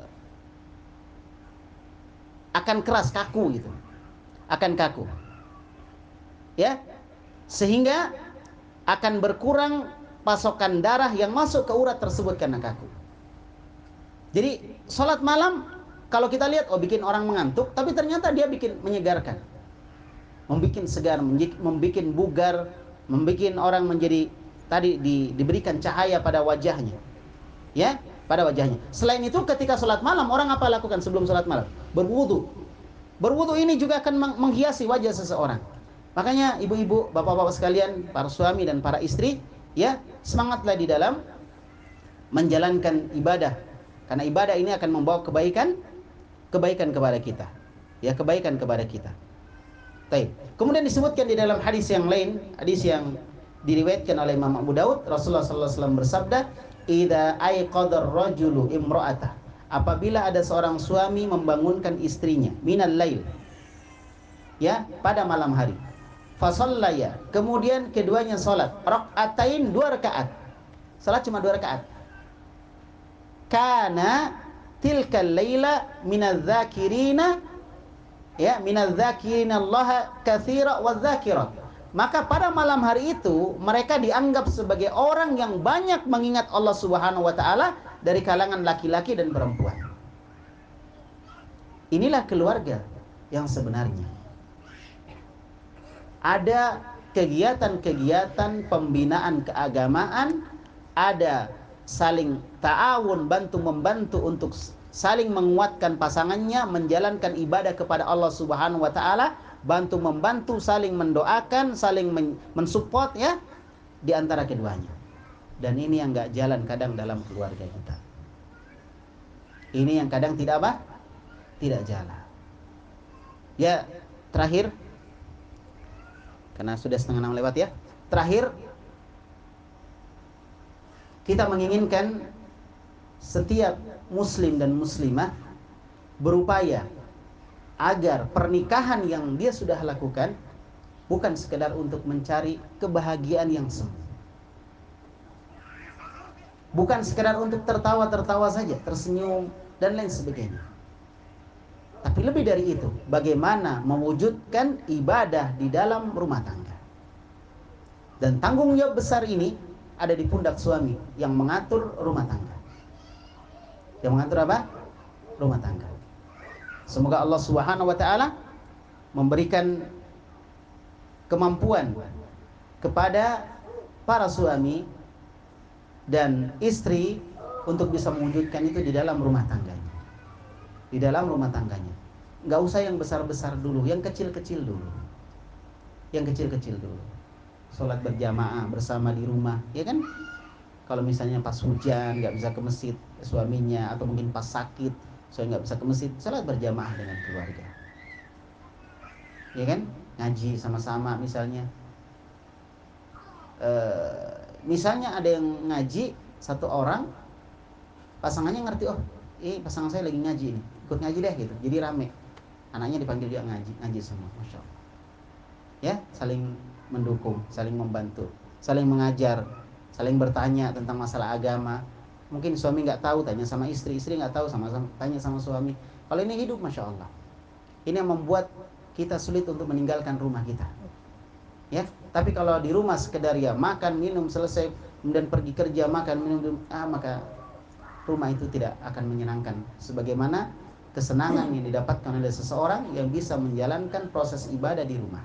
A: akan keras, kaku gitu, akan kaku, ya, sehingga akan berkurang pasokan darah yang masuk ke urat tersebut karena kaku. Jadi sholat malam kalau kita lihat, oh bikin orang mengantuk, tapi ternyata dia bikin menyegarkan, membikin segar, membikin bugar, membikin orang menjadi tadi di, diberikan cahaya pada wajahnya, ya, pada wajahnya. Selain itu, ketika sholat malam, orang apa lakukan sebelum sholat malam? Berwudu. Berwudu ini juga akan menghiasi wajah seseorang. Makanya ibu-ibu, bapak-bapak sekalian, para suami dan para istri, ya, semangatlah di dalam menjalankan ibadah, karena ibadah ini akan membawa kebaikan, kebaikan kepada kita, ya, kebaikan kepada kita. Baik. Kemudian disebutkan di dalam hadis yang lain, hadis yang diriwayatkan oleh Imam Abu Daud, Rasulullah sallallahu alaihi wasallam bersabda, "Idza aiqadar rajulu imra'atah." Apabila ada seorang suami membangunkan istrinya, minal lail, ya, pada malam hari. Fasallaya, kemudian keduanya salat, rakaatain, dua rakaat. Salat cuma dua rakaat. Kana tilkal laila minadz-dzakirina, ya, minadz-dzakirina Allah katsira wadz-dzakirat. Maka pada malam hari itu mereka dianggap sebagai orang yang banyak mengingat Allah Subhanahu wa taala dari kalangan laki-laki dan perempuan. Inilah keluarga yang sebenarnya. Ada kegiatan-kegiatan pembinaan keagamaan, ada saling ta'awun, bantu-membantu untuk saling menguatkan pasangannya menjalankan ibadah kepada Allah Subhanahu wa taala, bantu membantu, saling mendoakan, saling men mensupport ya di antara keduanya. Dan ini yang nggak jalan kadang dalam keluarga kita. Ini yang kadang tidak apa? Tidak jalan. Ya, terakhir, karena sudah setengah enam lewat ya. Terakhir, kita menginginkan setiap muslim dan muslimah berupaya agar pernikahan yang dia sudah lakukan bukan sekedar untuk mencari kebahagiaan yang semu, bukan sekedar untuk tertawa-tertawa saja, tersenyum dan lain sebagainya. Tapi lebih dari itu, bagaimana mewujudkan ibadah di dalam rumah tangga. Dan tanggung jawab besar ini ada di pundak suami yang mengatur rumah tangga. Yang mengatur apa? Rumah tangga. Semoga Allah Subhanahu wa taala memberikan kemampuan kepada para suami dan istri untuk bisa mewujudkan itu di dalam rumah tangganya. Di dalam rumah tangganya. Nggak usah yang besar-besar dulu, yang kecil-kecil dulu. Yang kecil-kecil dulu. Sholat berjamaah bersama di rumah, ya kan? Kalau misalnya pas hujan nggak bisa ke masjid suaminya, atau mungkin pas sakit suami nggak bisa ke masjid, sholat berjamaah dengan keluarga, ya kan? Ngaji sama-sama misalnya. E, misalnya ada yang ngaji satu orang, pasangannya ngerti, oh, eh pasangan saya lagi ngaji nih, ikut ngaji deh gitu, jadi rame. Anaknya dipanggil dia ngaji, ngaji semua, masya Allah. Ya, saling mendukung, saling membantu, saling mengajar, saling bertanya tentang masalah agama. Mungkin suami nggak tahu, tanya sama istri, istri nggak tahu, sama, sama tanya sama suami. Kalau ini hidup, masya Allah. Ini yang membuat kita sulit untuk meninggalkan rumah kita. Ya, tapi kalau di rumah sekedar ya makan, minum, selesai, kemudian pergi kerja, makan, minum, ah maka rumah itu tidak akan menyenangkan. Sebagaimana kesenangan yang didapatkan oleh seseorang yang bisa menjalankan proses ibadah di rumah.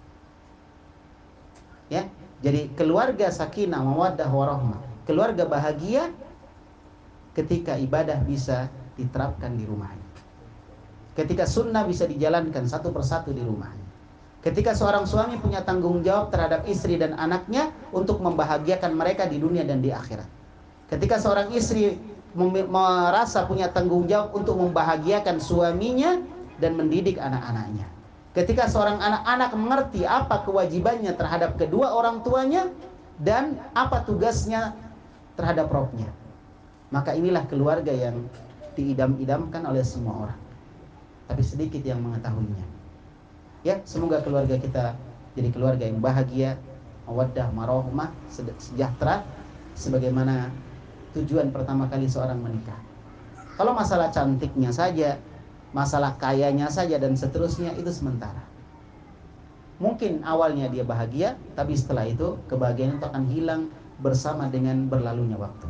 A: Ya, jadi keluarga sakinah, mawaddah, warahmah, keluarga bahagia ketika ibadah bisa diterapkan di rumahnya. Ketika sunnah bisa dijalankan satu persatu di rumahnya. Ketika seorang suami punya tanggung jawab terhadap istri dan anaknya untuk membahagiakan mereka di dunia dan di akhirat. Ketika seorang istri merasa punya tanggung jawab untuk membahagiakan suaminya dan mendidik anak-anaknya. Ketika seorang anak-anak mengerti apa kewajibannya terhadap kedua orang tuanya dan apa tugasnya terhadap Robnya, maka inilah keluarga yang diidam-idamkan oleh semua orang, tapi sedikit yang mengetahuinya. Ya, semoga keluarga kita jadi keluarga yang bahagia, mawaddah, marahmah, sejahtera, sebagaimana tujuan pertama kali seorang menikah. Kalau masalah cantiknya saja, masalah kayanya saja dan seterusnya, itu sementara. Mungkin awalnya dia bahagia, tapi setelah itu kebahagiaan itu akan hilang bersama dengan berlalunya waktu.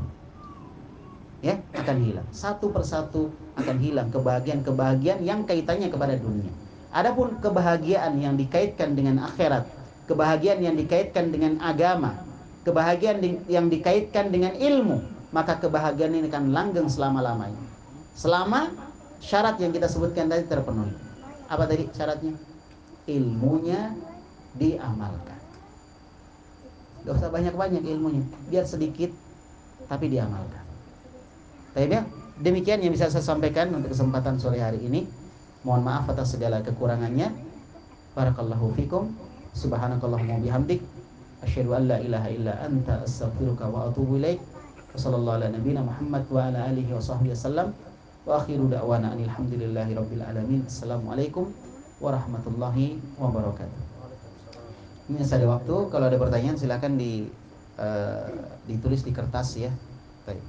A: Ya, akan hilang. Satu persatu akan hilang kebahagiaan-kebahagiaan yang kaitannya kepada dunia. Adapun kebahagiaan yang dikaitkan dengan akhirat, kebahagiaan yang dikaitkan dengan agama, kebahagiaan yang dikaitkan dengan ilmu, maka kebahagiaan ini akan langgeng selama-lamanya. Selama syarat yang kita sebutkan tadi terpenuhi. Apa tadi syaratnya? Ilmunya diamalkan. Gak usah banyak-banyak ilmunya, biar sedikit tapi diamalkan. Tapi ya, demikian yang bisa saya sampaikan untuk kesempatan sore hari ini. Mohon maaf atas segala kekurangannya. Barakallahu fikum. Subhanakallahumma bihamdik, asyhadu an la ilaha illa anta, astaghfiruka wa atubu ilaik. Wassallallahu ala nabiyina Muhammad wa ala alihi wa sahbihi wasallam. Wa akhiru da'wana alhamdulillahi rabbil alamin. Assalamualaikum warahmatullahi wabarakatuh. Ini masih ada waktu, kalau ada pertanyaan silakan di uh, ditulis di kertas ya. Baik.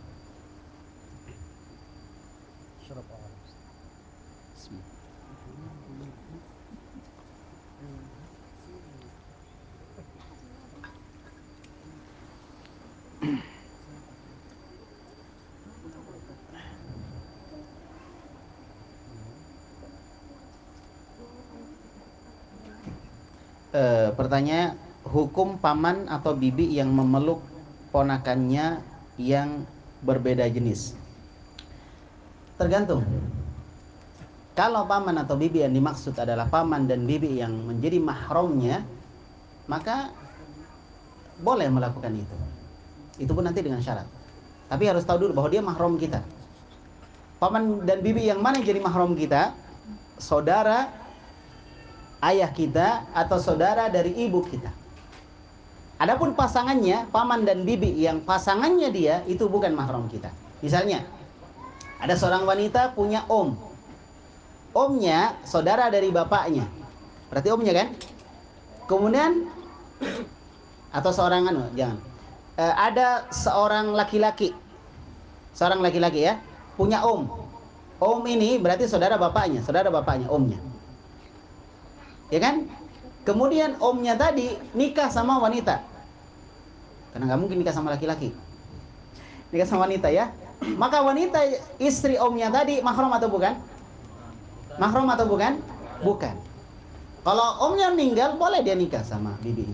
A: E, pertanyaan, hukum paman atau bibi yang memeluk ponakannya yang berbeda jenis. Tergantung. Kalau paman atau bibi yang dimaksud adalah paman dan bibi yang menjadi mahramnya, maka boleh melakukan itu. Itu pun nanti dengan syarat. Tapi harus tahu dulu bahwa dia mahram kita. Paman dan bibi yang mana yang jadi mahram kita? Saudara ayah kita atau saudara dari ibu kita. Adapun pasangannya, paman dan bibi yang pasangannya dia, itu bukan mahram kita. Misalnya, ada seorang wanita punya om. Omnya saudara dari bapaknya. Berarti omnya kan? Kemudian atau seorang anu, jangan. E, ada seorang laki-laki. Seorang laki-laki ya, punya om. Om ini berarti saudara bapaknya, saudara bapaknya, omnya. Ya kan? Kemudian omnya tadi nikah sama wanita. Karena nggak mungkin nikah sama laki-laki. Nikah sama wanita ya. Maka wanita istri omnya tadi mahram atau bukan? Mahram atau bukan? Bukan. Kalau omnya meninggal, boleh dia nikah sama bibinya.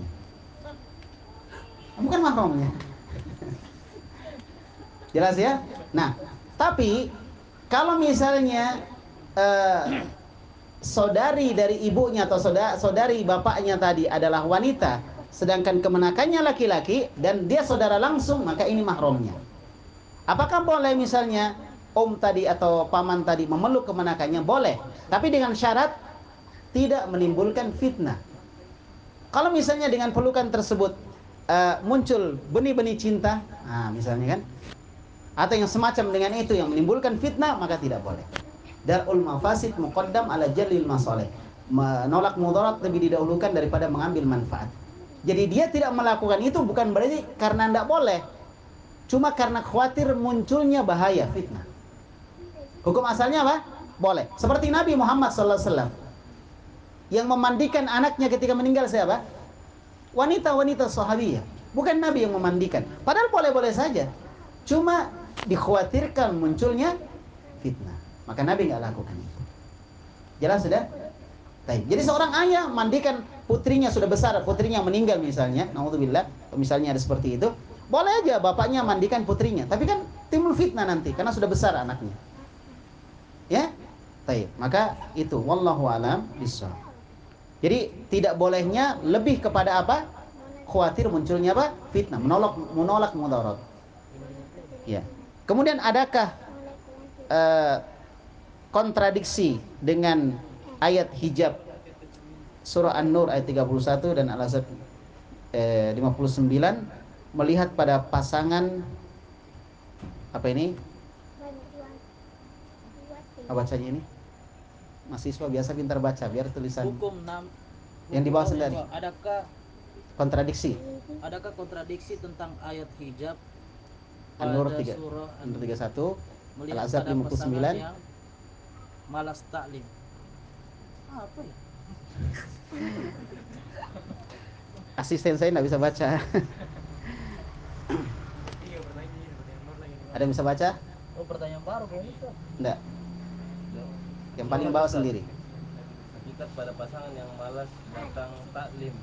A: Bukan mahramnya. Jelas ya? Nah, tapi kalau misalnya eh, saudari dari ibunya atau saudari, saudari bapaknya tadi adalah wanita, sedangkan kemenakannya laki-laki dan dia saudara langsung, maka ini mahramnya. Apakah boleh misalnya om tadi atau paman tadi memeluk kemenakannya? Boleh, tapi dengan syarat tidak menimbulkan fitnah. Kalau misalnya dengan pelukan tersebut uh, muncul benih-benih cinta, nah misalnya kan, atau yang semacam dengan itu yang menimbulkan fitnah, maka tidak boleh. Darul mafasid muqaddam ala jalil masalih. Menolak mudarat lebih didahulukan daripada mengambil manfaat. Jadi dia tidak melakukan itu bukan berarti karena tidak boleh, cuma karena khawatir munculnya bahaya fitnah. Hukum asalnya apa? Boleh. Seperti Nabi Muhammad sallallahu alaihi wasallam yang memandikan anaknya ketika meninggal siapa? Wanita-wanita sahabiyah. Bukan Nabi yang memandikan. Padahal boleh-boleh saja. Cuma dikhawatirkan munculnya fitnah. Maka Nabi nggak lakukan itu. Jelas sudah? Baik. Jadi seorang ayah mandikan putrinya sudah besar, putrinya meninggal misalnya, naudzubillah, misalnya ada seperti itu, boleh aja bapaknya mandikan putrinya. Tapi kan timbul fitnah nanti karena sudah besar anaknya. Ya? Baik. Maka itu wallahu alam bishawab. Jadi tidak bolehnya lebih kepada apa? Khawatir munculnya apa? Fitnah, menolak menolak mudarat. Ya. Kemudian adakah uh, kontradiksi dengan ayat hijab surah An-Nur ayat tiga puluh satu dan Al-Ahzab eh, lima puluh sembilan melihat pada pasangan apa ini? Apa bacanya ini? Mahasiswa biasa pintar baca biar tulisan
B: hukum enam
A: yang di bawah sendiri.
B: Adakah
A: kontradiksi?
B: Adakah kontradiksi tentang ayat hijab
A: An-Nur
B: pada
A: tiga,
B: surah
A: An-Nur tiga puluh satu,
B: melihat
A: Al-Ahzab
B: pada
A: lima puluh sembilan
B: yang malas taklim? Apa ya?
A: Asisten saya nggak bisa baca. Ada yang bisa baca?
B: Oh, pertanyaan baru kayaknya itu.
A: Enggak. Yang paling bawah sendiri.
C: Hakikat pada pasangan yang malas datang taklim.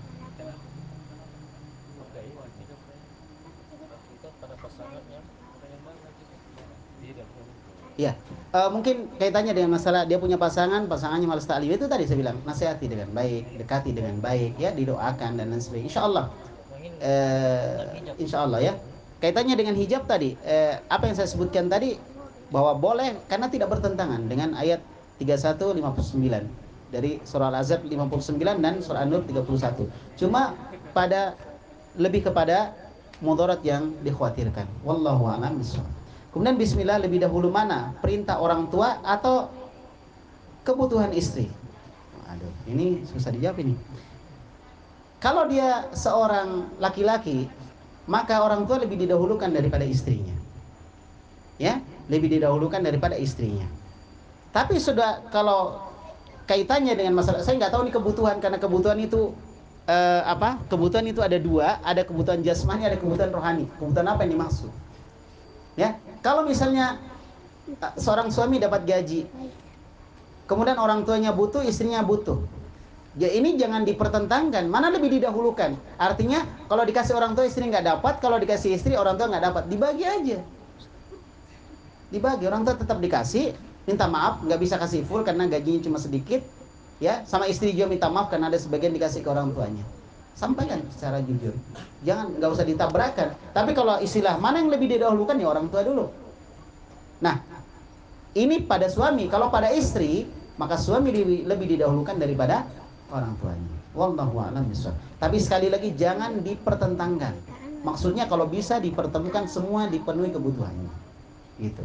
C: Oke, hakikat pada pasangan yang tidak.
A: Iya, uh, mungkin kaitannya dengan masalah dia punya pasangan, pasangannya malas taklim itu tadi saya bilang nasihati dengan baik, dekati dengan baik, ya didoakan dan lain sebagainya. Insya Allah, uh, Insya Allah ya. Kaitannya dengan hijab tadi, uh, apa yang saya sebutkan tadi bahwa boleh karena tidak bertentangan dengan ayat tiga puluh satu lima puluh sembilan dari surah Al-Ahzab lima puluh sembilan dan surah An-Nur tiga puluh satu. Cuma pada lebih kepada mudarat yang dikhawatirkan. Wallahu a'lam bishawab. Kemudian bismillah lebih dahulu mana? Perintah orang tua atau kebutuhan istri? Aduh, ini susah dijawab ini. Kalau dia seorang laki-laki, maka orang tua lebih didahulukan daripada istrinya. Ya, lebih didahulukan daripada istrinya. Tapi sudah kalau kaitannya dengan masalah, saya nggak tahu nih kebutuhan, karena kebutuhan itu eh, apa? Kebutuhan itu ada dua, ada kebutuhan jasmani, ada kebutuhan rohani. Kebutuhan apa yang dimaksud? Ya, kalau misalnya seorang suami dapat gaji, kemudian orang tuanya butuh, istrinya butuh, ya ini jangan dipertentangkan, mana lebih didahulukan. Artinya kalau dikasih orang tua istri nggak dapat, kalau dikasih istri orang tua nggak dapat, dibagi aja, dibagi. Orang tua tetap dikasih, minta maaf, nggak bisa kasih full karena gajinya cuma sedikit, ya, sama istri juga minta maaf karena ada sebagian dikasih ke orang tuanya. Sampaikan secara jujur, jangan, nggak usah ditabrakan. Tapi kalau istilah mana yang lebih didahulukan, ya orang tua dulu. Nah, ini pada suami. Kalau pada istri, maka suami lebih didahulukan daripada orang tuanya. Wallahu a'lam bishawab. Tapi sekali lagi jangan dipertentangkan. Maksudnya kalau bisa dipertemukan semua, dipenuhi kebutuhannya. Gitu.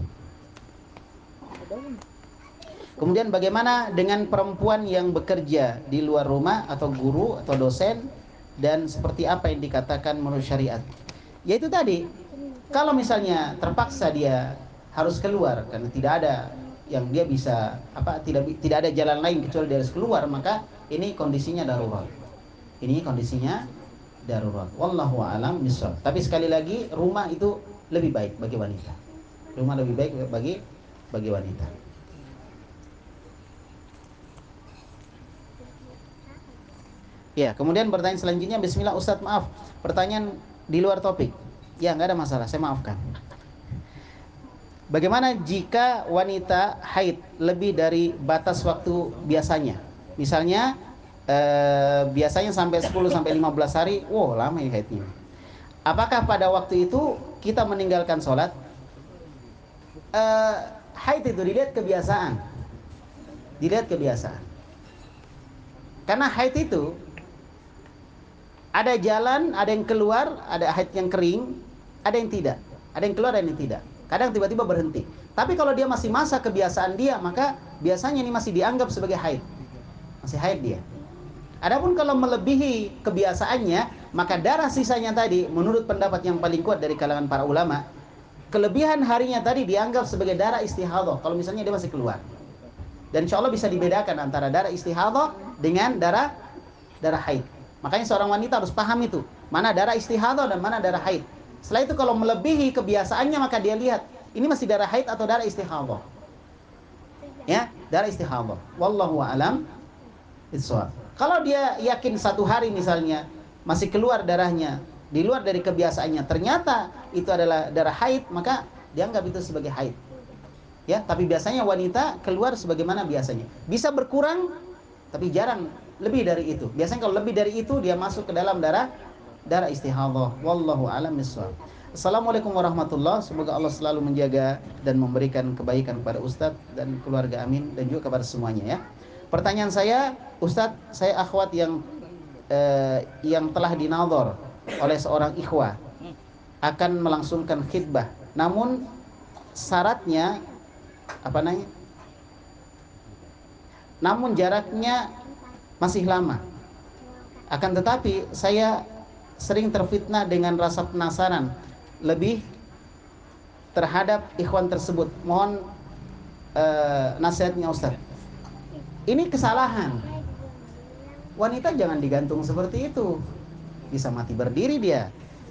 A: Kemudian bagaimana dengan perempuan yang bekerja di luar rumah atau guru atau dosen, dan seperti apa yang dikatakan menurut syariat? Yaitu tadi, kalau misalnya terpaksa dia harus keluar karena tidak ada yang dia bisa apa tidak tidak ada jalan lain kecuali dia harus keluar, maka ini kondisinya darurat. Ini kondisinya darurat. Wallahu a'lam bishawab. Tapi sekali lagi, rumah itu lebih baik bagi wanita. Rumah lebih baik bagi bagi wanita. Ya, kemudian pertanyaan selanjutnya, bismillah Ustadz, maaf, pertanyaan di luar topik. Ya, nggak ada masalah, saya maafkan. Bagaimana jika wanita haid lebih dari batas waktu biasanya? Misalnya eh, biasanya sampai sepuluh sampai lima belas hari, wow lama ya haidnya. Apakah pada waktu itu kita meninggalkan sholat? Eh, haid itu dilihat kebiasaan. Dilihat kebiasaan. Karena haid itu ada jalan, ada yang keluar, ada haid yang kering, ada yang tidak. Ada yang keluar, ada yang tidak. Kadang tiba-tiba berhenti. Tapi kalau dia masih masa kebiasaan dia, maka biasanya ini masih dianggap sebagai haid. Masih haid dia. Adapun kalau melebihi kebiasaannya, maka darah sisanya tadi, menurut pendapat yang paling kuat dari kalangan para ulama, kelebihan harinya tadi dianggap sebagai darah istihadhah. Kalau misalnya dia masih keluar. Dan insya Allah bisa dibedakan antara darah istihadhah dengan darah darah haid. Makanya seorang wanita harus paham itu, mana darah istihadhah dan mana darah haid. Setelah itu kalau melebihi kebiasaannya, maka dia lihat ini masih darah haid atau darah istihadhah. Ya, darah istihadhah. Wallahu a'lam bishawab. Kalau dia yakin satu hari misalnya masih keluar darahnya di luar dari kebiasaannya, ternyata itu adalah darah haid, maka dianggap itu sebagai haid. Ya, tapi biasanya wanita keluar sebagaimana biasanya. Bisa berkurang, tapi jarang lebih dari itu. Biasanya kalau lebih dari itu dia masuk ke dalam darah darah istihadhah. Wallahu a'lam bishawab. Assalamualaikum warahmatullahi wabarakatuh. Semoga Allah selalu menjaga dan memberikan kebaikan kepada Ustadz dan keluarga, amin, dan juga kepada semuanya ya. Pertanyaan saya, Ustadz, saya akhwat yang eh, yang telah dinadhar oleh seorang ikhwah akan melangsungkan khidbah. Namun syaratnya apa namanya? Namun jaraknya masih lama. Akan tetapi saya sering terfitnah dengan rasa penasaran lebih terhadap ikhwan tersebut. Mohon uh, nasihatnya Ustaz. Ini kesalahan. Wanita jangan digantung seperti itu. Bisa mati berdiri dia.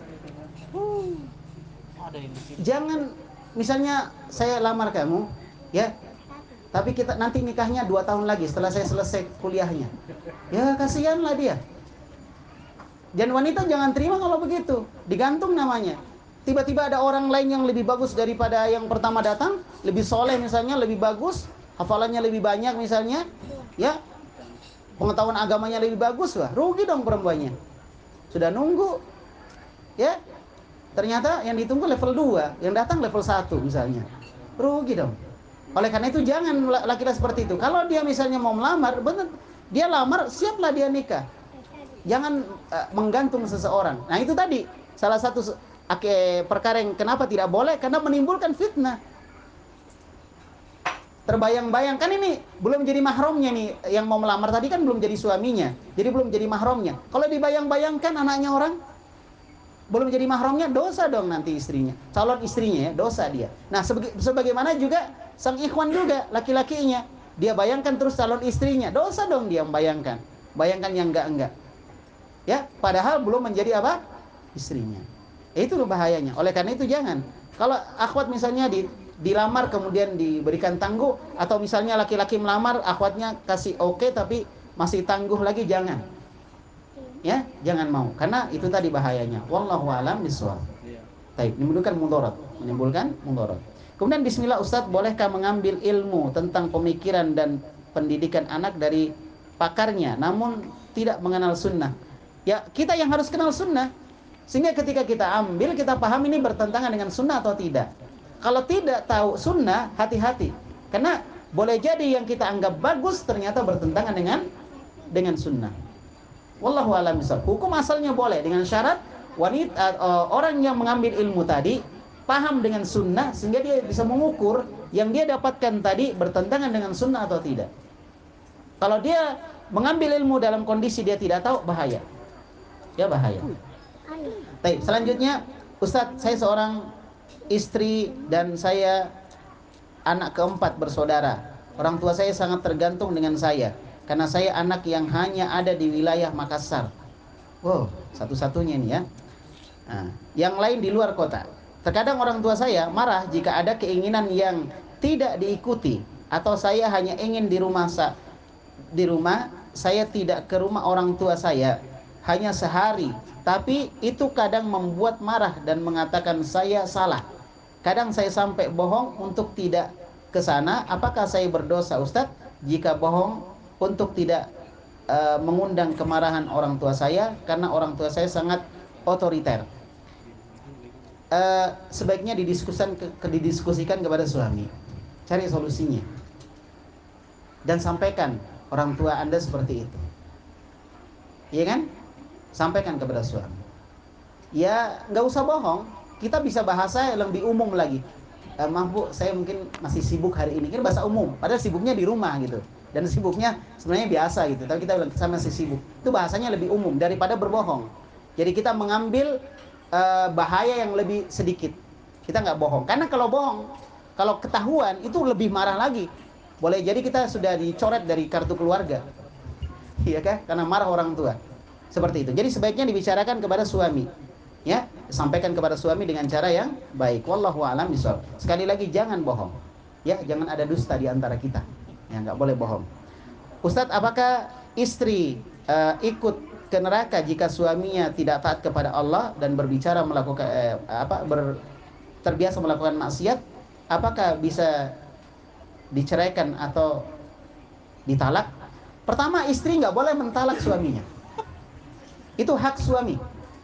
A: Jangan misalnya saya lamar kamu, ya. Tapi kita nanti nikahnya dua tahun lagi setelah saya selesai kuliahnya. Ya kasihanlah dia. Dan wanita jangan terima kalau begitu. Digantung namanya. Tiba-tiba ada orang lain yang lebih bagus daripada yang pertama datang, lebih soleh misalnya, lebih bagus, hafalannya lebih banyak misalnya, ya, pengetahuan agamanya lebih bagus, wah, rugi dong perempuannya. Sudah nunggu, ya, ternyata yang ditunggu level dua, yang datang level satu misalnya, rugi dong. Oleh karena itu jangan laki-laki seperti itu. Kalau dia misalnya mau melamar, benar, dia lamar, siaplah dia nikah. Jangan uh, menggantung seseorang. Nah itu tadi salah satu okay, perkara yang kenapa tidak boleh, karena menimbulkan fitnah. Terbayang-bayang kan ini belum jadi mahramnya nih, yang mau melamar tadi kan belum jadi suaminya, jadi belum jadi mahramnya. Kalau dibayang-bayangkan anaknya orang, belum jadi mahramnya, dosa dong nanti istrinya, calon istrinya ya, dosa dia. Nah sebaga, sebagaimana juga sang ikhwan juga, laki-lakinya, dia bayangkan terus calon istrinya, dosa dong dia membayangkan, bayangkan yang enggak-enggak. Ya, padahal belum menjadi apa? Istrinya. Itu bahayanya. Oleh karena itu jangan. Kalau akhwat misalnya di, dilamar kemudian diberikan tangguh, atau misalnya laki-laki melamar, akhwatnya kasih oke okay, tapi masih tangguh lagi, jangan. Ya, jangan mau. Karena itu tadi bahayanya. Wallahu a'lam bishawab. Baik, menimbulkan mudarat, menimbulkan mudarat. Kemudian bismillah Ustadz, bolehkah mengambil ilmu tentang pemikiran dan pendidikan anak dari pakarnya namun tidak mengenal sunnah? Ya, kita yang harus kenal sunnah, sehingga ketika kita ambil, kita paham ini bertentangan dengan sunnah atau tidak. Kalau tidak tahu sunnah, hati-hati, karena boleh jadi yang kita anggap bagus ternyata bertentangan dengan dengan sunnah. Wallahu a'lam bishawab. Hukum asalnya boleh, dengan syarat wanita uh, orang yang mengambil ilmu tadi paham dengan sunnah, sehingga dia bisa mengukur yang dia dapatkan tadi bertentangan dengan sunnah atau tidak. Kalau dia mengambil ilmu dalam kondisi dia tidak tahu, bahaya. Ya, bahaya. Baik, selanjutnya Ustadz, saya seorang istri dan saya anak keempat bersaudara. Orang tua saya sangat tergantung dengan saya karena saya anak yang hanya ada di wilayah Makassar. Wow, satu-satunya ini ya. Nah, yang lain di luar kota. Terkadang orang tua saya marah jika ada keinginan yang tidak diikuti, atau saya hanya ingin di rumah sa di rumah saya tidak ke rumah orang tua saya hanya sehari, tapi itu kadang membuat marah dan mengatakan saya salah. Kadang saya sampai bohong untuk tidak ke sana. Apakah saya berdosa Ustadz jika bohong untuk tidak uh, mengundang kemarahan orang tua saya, karena orang tua saya sangat otoriter? Uh, sebaiknya didiskusikan, ke, ke, didiskusikan kepada suami, cari solusinya, dan sampaikan orang tua Anda seperti itu, iya kan? Sampaikan kepada suami. Ya, nggak usah bohong. Kita bisa bahasa yang lebih umum lagi. E, maaf Bu, saya mungkin masih sibuk hari ini. Kan bahasa umum. Padahal sibuknya di rumah gitu. Dan sibuknya sebenarnya biasa gitu. Tapi kita bilang saya masih sibuk. Itu bahasanya lebih umum daripada berbohong. Jadi kita mengambil e, bahaya yang lebih sedikit. Kita nggak bohong. Karena kalau bohong, kalau ketahuan itu lebih marah lagi. Boleh jadi kita sudah dicoret dari kartu keluarga. Iya kan? Karena marah orang tua. Seperti itu. Jadi sebaiknya dibicarakan kepada suami. Ya, sampaikan kepada suami dengan cara yang baik. Wallahu a'lam bishawab. Sekali lagi, jangan bohong. Ya, jangan ada dusta di antara kita. Ya, nggak boleh bohong. Ustadz, apakah istri uh, ikut ke neraka jika suaminya tidak taat kepada Allah dan berbicara melakukan eh, apa ber, terbiasa melakukan maksiat? Apakah bisa diceraikan atau ditalak? Pertama, istri nggak boleh mentalak suaminya. Itu hak suami.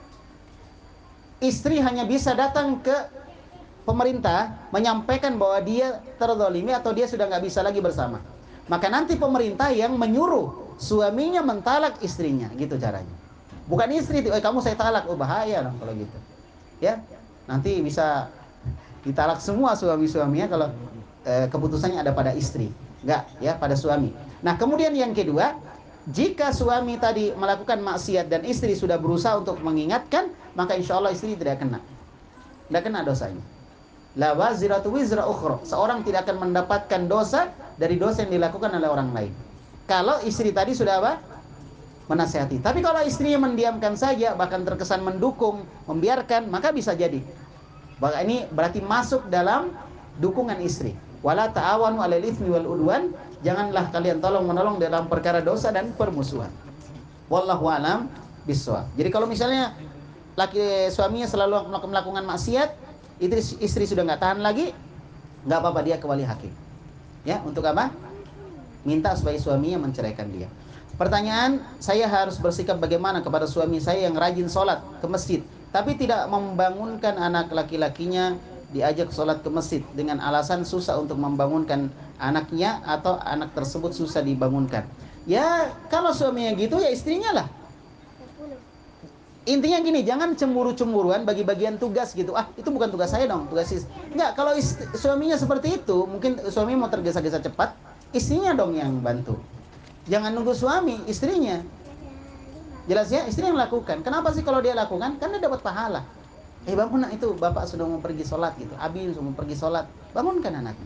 A: Istri hanya bisa datang ke pemerintah menyampaikan bahwa dia terzalimi atau dia sudah nggak bisa lagi bersama. Maka nanti pemerintah yang menyuruh suaminya mentalak istrinya, gitu caranya. Bukan istri, oh kamu saya talak, oh bahaya dong kalau gitu. Ya, nanti bisa ditalak semua suami-suaminya kalau eh, keputusannya ada pada istri, nggak ya pada suami. Nah kemudian yang kedua, jika suami tadi melakukan maksiat dan istri sudah berusaha untuk mengingatkan, maka insya Allah istri tidak kena, tidak kena dosanya. La waziratu wizra ukhra. Seorang tidak akan mendapatkan dosa dari dosa yang dilakukan oleh orang lain. Kalau istri tadi sudah apa? Menasihati. Tapi kalau istrinya mendiamkan saja, bahkan terkesan mendukung, membiarkan, maka bisa jadi. Bahkan ini berarti masuk dalam dukungan istri. Wala ta'awanu 'alal itsmi wal udwan. Janganlah kalian tolong menolong dalam perkara dosa dan permusuhan. Wallahu a'lam bishawab. Jadi kalau misalnya laki suaminya selalu melakukan maksiat, istri, istri sudah nggak tahan lagi, nggak apa-apa dia ke wali hakim. Ya, untuk apa? Minta supaya suaminya menceraikan dia. Pertanyaan, saya harus bersikap bagaimana kepada suami saya yang rajin sholat ke masjid, tapi tidak membangunkan anak laki-lakinya diajak sholat ke masjid dengan alasan susah untuk membangunkan anaknya atau anak tersebut susah dibangunkan. Ya, kalau suaminya gitu ya istrinya lah. Intinya gini, jangan cemburu-cemburuan bagi-bagian tugas gitu. Ah, itu bukan tugas saya dong, tugas istri. Enggak, kalau istri, suaminya seperti itu, mungkin suami mau tergesa-gesa cepat, istrinya dong yang bantu. Jangan nunggu suami, istrinya. Jelas ya, istri yang lakukan. Kenapa sih kalau dia lakukan? Karena dapat pahala. Eh bangun nak, itu bapak sudah mau pergi sholat gitu, abi sudah mau pergi sholat, bangunkan anaknya.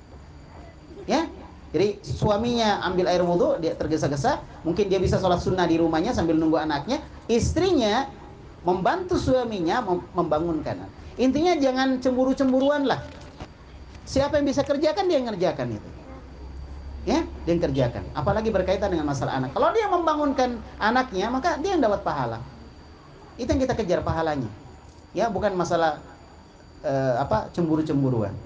A: Ya, jadi suaminya ambil air wudhu, dia tergesa-gesa, mungkin dia bisa sholat sunnah di rumahnya sambil nunggu anaknya. Istrinya membantu suaminya mem- membangunkan. Intinya jangan cemburu-cemburuan lah. Siapa yang bisa kerjakan dia ngerjakan itu. Ya, dia yang kerjakan. Apalagi berkaitan dengan masalah anak. Kalau dia membangunkan anaknya, maka dia yang dapat pahala. Itu yang kita kejar pahalanya. Ya, bukan masalah uh, apa cemburu-cemburuan.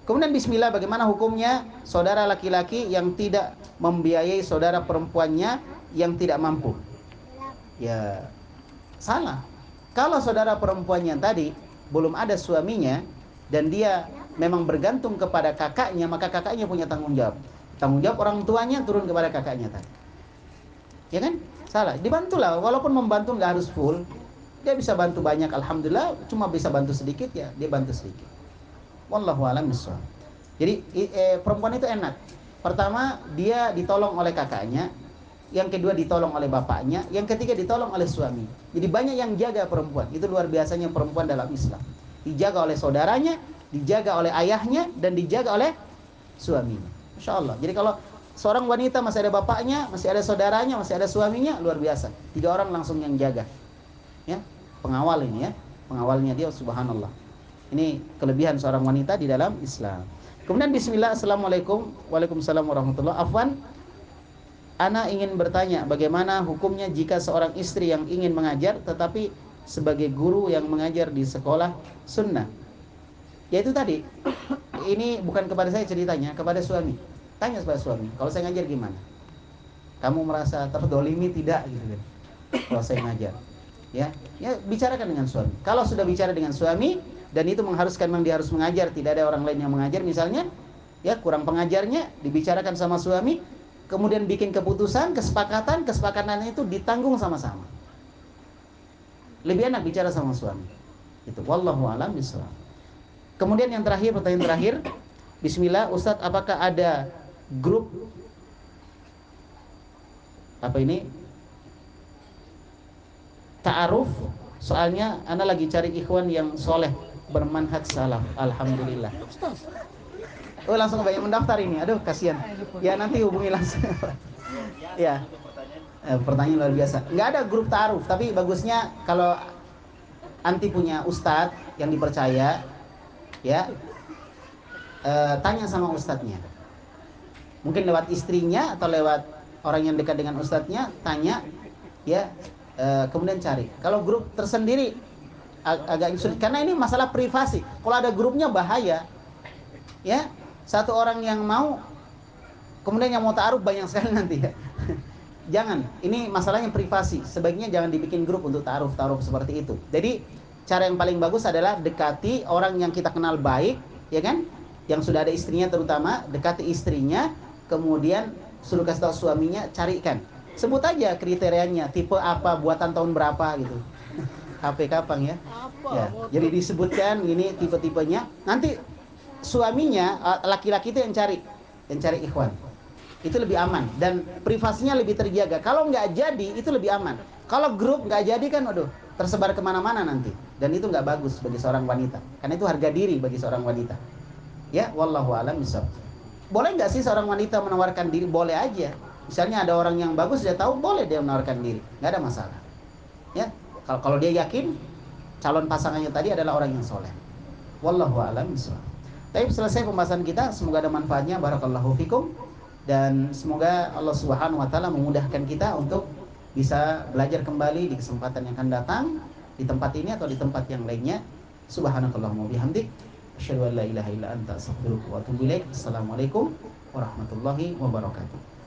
A: Kemudian bismillah, bagaimana hukumnya saudara laki-laki yang tidak membiayai saudara perempuannya yang tidak mampu? Ya, salah. Kalau saudara perempuannya tadi belum ada suaminya dan dia memang bergantung kepada kakaknya, maka kakaknya punya tanggung jawab. Tanggung jawab orang tuanya turun kepada kakaknya tadi. Ya kan? Salah. Dibantulah, walaupun membantu nggak harus full. Dia bisa bantu banyak, alhamdulillah. Cuma bisa bantu sedikit, ya dia bantu sedikit. Wallahu a'lam bishawab. Jadi eh, perempuan itu enak. Pertama, dia ditolong oleh kakaknya. Yang kedua, ditolong oleh bapaknya. Yang ketiga, ditolong oleh suami. Jadi banyak yang jaga perempuan. Itu luar biasanya perempuan dalam Islam. Dijaga oleh saudaranya, dijaga oleh ayahnya, dan dijaga oleh suaminya. Masya Allah. Jadi kalau seorang wanita masih ada bapaknya, masih ada saudaranya, masih ada suaminya, luar biasa. Tiga orang langsung yang jaga. Ya, pengawal ini ya. Pengawalnya dia, subhanallah. Ini kelebihan seorang wanita di dalam Islam. Kemudian bismillah, assalamualaikum. Waalaikumsalam warahmatullahi wabarakatuh. Afwan, ana ingin bertanya bagaimana hukumnya jika seorang istri yang ingin mengajar tetapi sebagai guru yang mengajar di sekolah sunnah. Yaitu tadi, ini bukan kepada saya ceritanya, kepada suami. Tanya kepada suami, kalau saya ngajar gimana? Kamu merasa terdolimi tidak gitu kan? Kalau saya ngajar. Ya, ya bicarakan dengan suami. Kalau sudah bicara dengan suami dan itu mengharuskan memang dia harus mengajar, tidak ada orang lain yang mengajar misalnya, ya kurang pengajarnya, dibicarakan sama suami, kemudian bikin keputusan, kesepakatan, kesepakatan itu ditanggung sama-sama. Lebih enak bicara sama suami. Itu wallahu a'lam bishawab. Kemudian yang terakhir, pertanyaan terakhir, bismillah, Ustadz, apakah ada grup apa ini? Ta'aruf, soalnya ana lagi cari ikhwan yang soleh bermanhaj salaf, alhamdulillah. Oh, langsung banyak mendaftar ini, aduh kasihan. Ya nanti hubungi langsung. Ya, eh, pertanyaan luar biasa. Nggak ada grup ta'aruf, tapi bagusnya kalau anti punya ustadz yang dipercaya, ya eh, tanya sama ustadznya. Mungkin lewat istrinya atau lewat orang yang dekat dengan ustadznya, tanya, ya. Uh, kemudian cari. Kalau grup tersendiri ag agak sulit karena ini masalah privasi. Kalau ada grupnya bahaya. Ya, satu orang yang mau kemudian yang mau ta'aruf banyak sekali nanti ya. Jangan, ini masalahnya privasi. Sebaiknya jangan dibikin grup untuk ta'aruf-ta'aruf seperti itu. Jadi, cara yang paling bagus adalah dekati orang yang kita kenal baik, ya kan? Yang sudah ada istrinya terutama, dekati istrinya, kemudian suruh kasih tahu suaminya, carikan. Sebut aja kriterianya, tipe apa, buatan tahun berapa gitu. H P kapan ya? Ya, jadi disebutkan ini tipe-tipenya. Nanti suaminya, laki-laki itu yang cari, yang cari ikhwan. Itu lebih aman dan privasinya lebih terjaga. Kalau nggak jadi, itu lebih aman. Kalau grup nggak jadi kan, aduh, tersebar kemana-mana nanti. Dan itu nggak bagus bagi seorang wanita. Karena itu harga diri bagi seorang wanita. Ya, wallahu a'lam bishawab. Boleh nggak sih seorang wanita menawarkan diri? Boleh aja. Misalnya ada orang yang bagus, dia tahu, boleh dia menawarkan diri, nggak ada masalah. Ya, kalau kalau dia yakin calon pasangannya tadi adalah orang yang soleh. Wallahu a'lam bishawab. Tapi selesai pembahasan kita, semoga ada manfaatnya. Barakallahu fikum. Dan semoga Allah Subhanahu wa taala memudahkan kita untuk bisa belajar kembali di kesempatan yang akan datang di tempat ini atau di tempat yang lainnya. Subhanakallahumma bihamdik, asyhadu an la ilaha illa anta, astaghfiruka wa atubu ilaik. Assalamualaikum warahmatullahi wabarakatuh.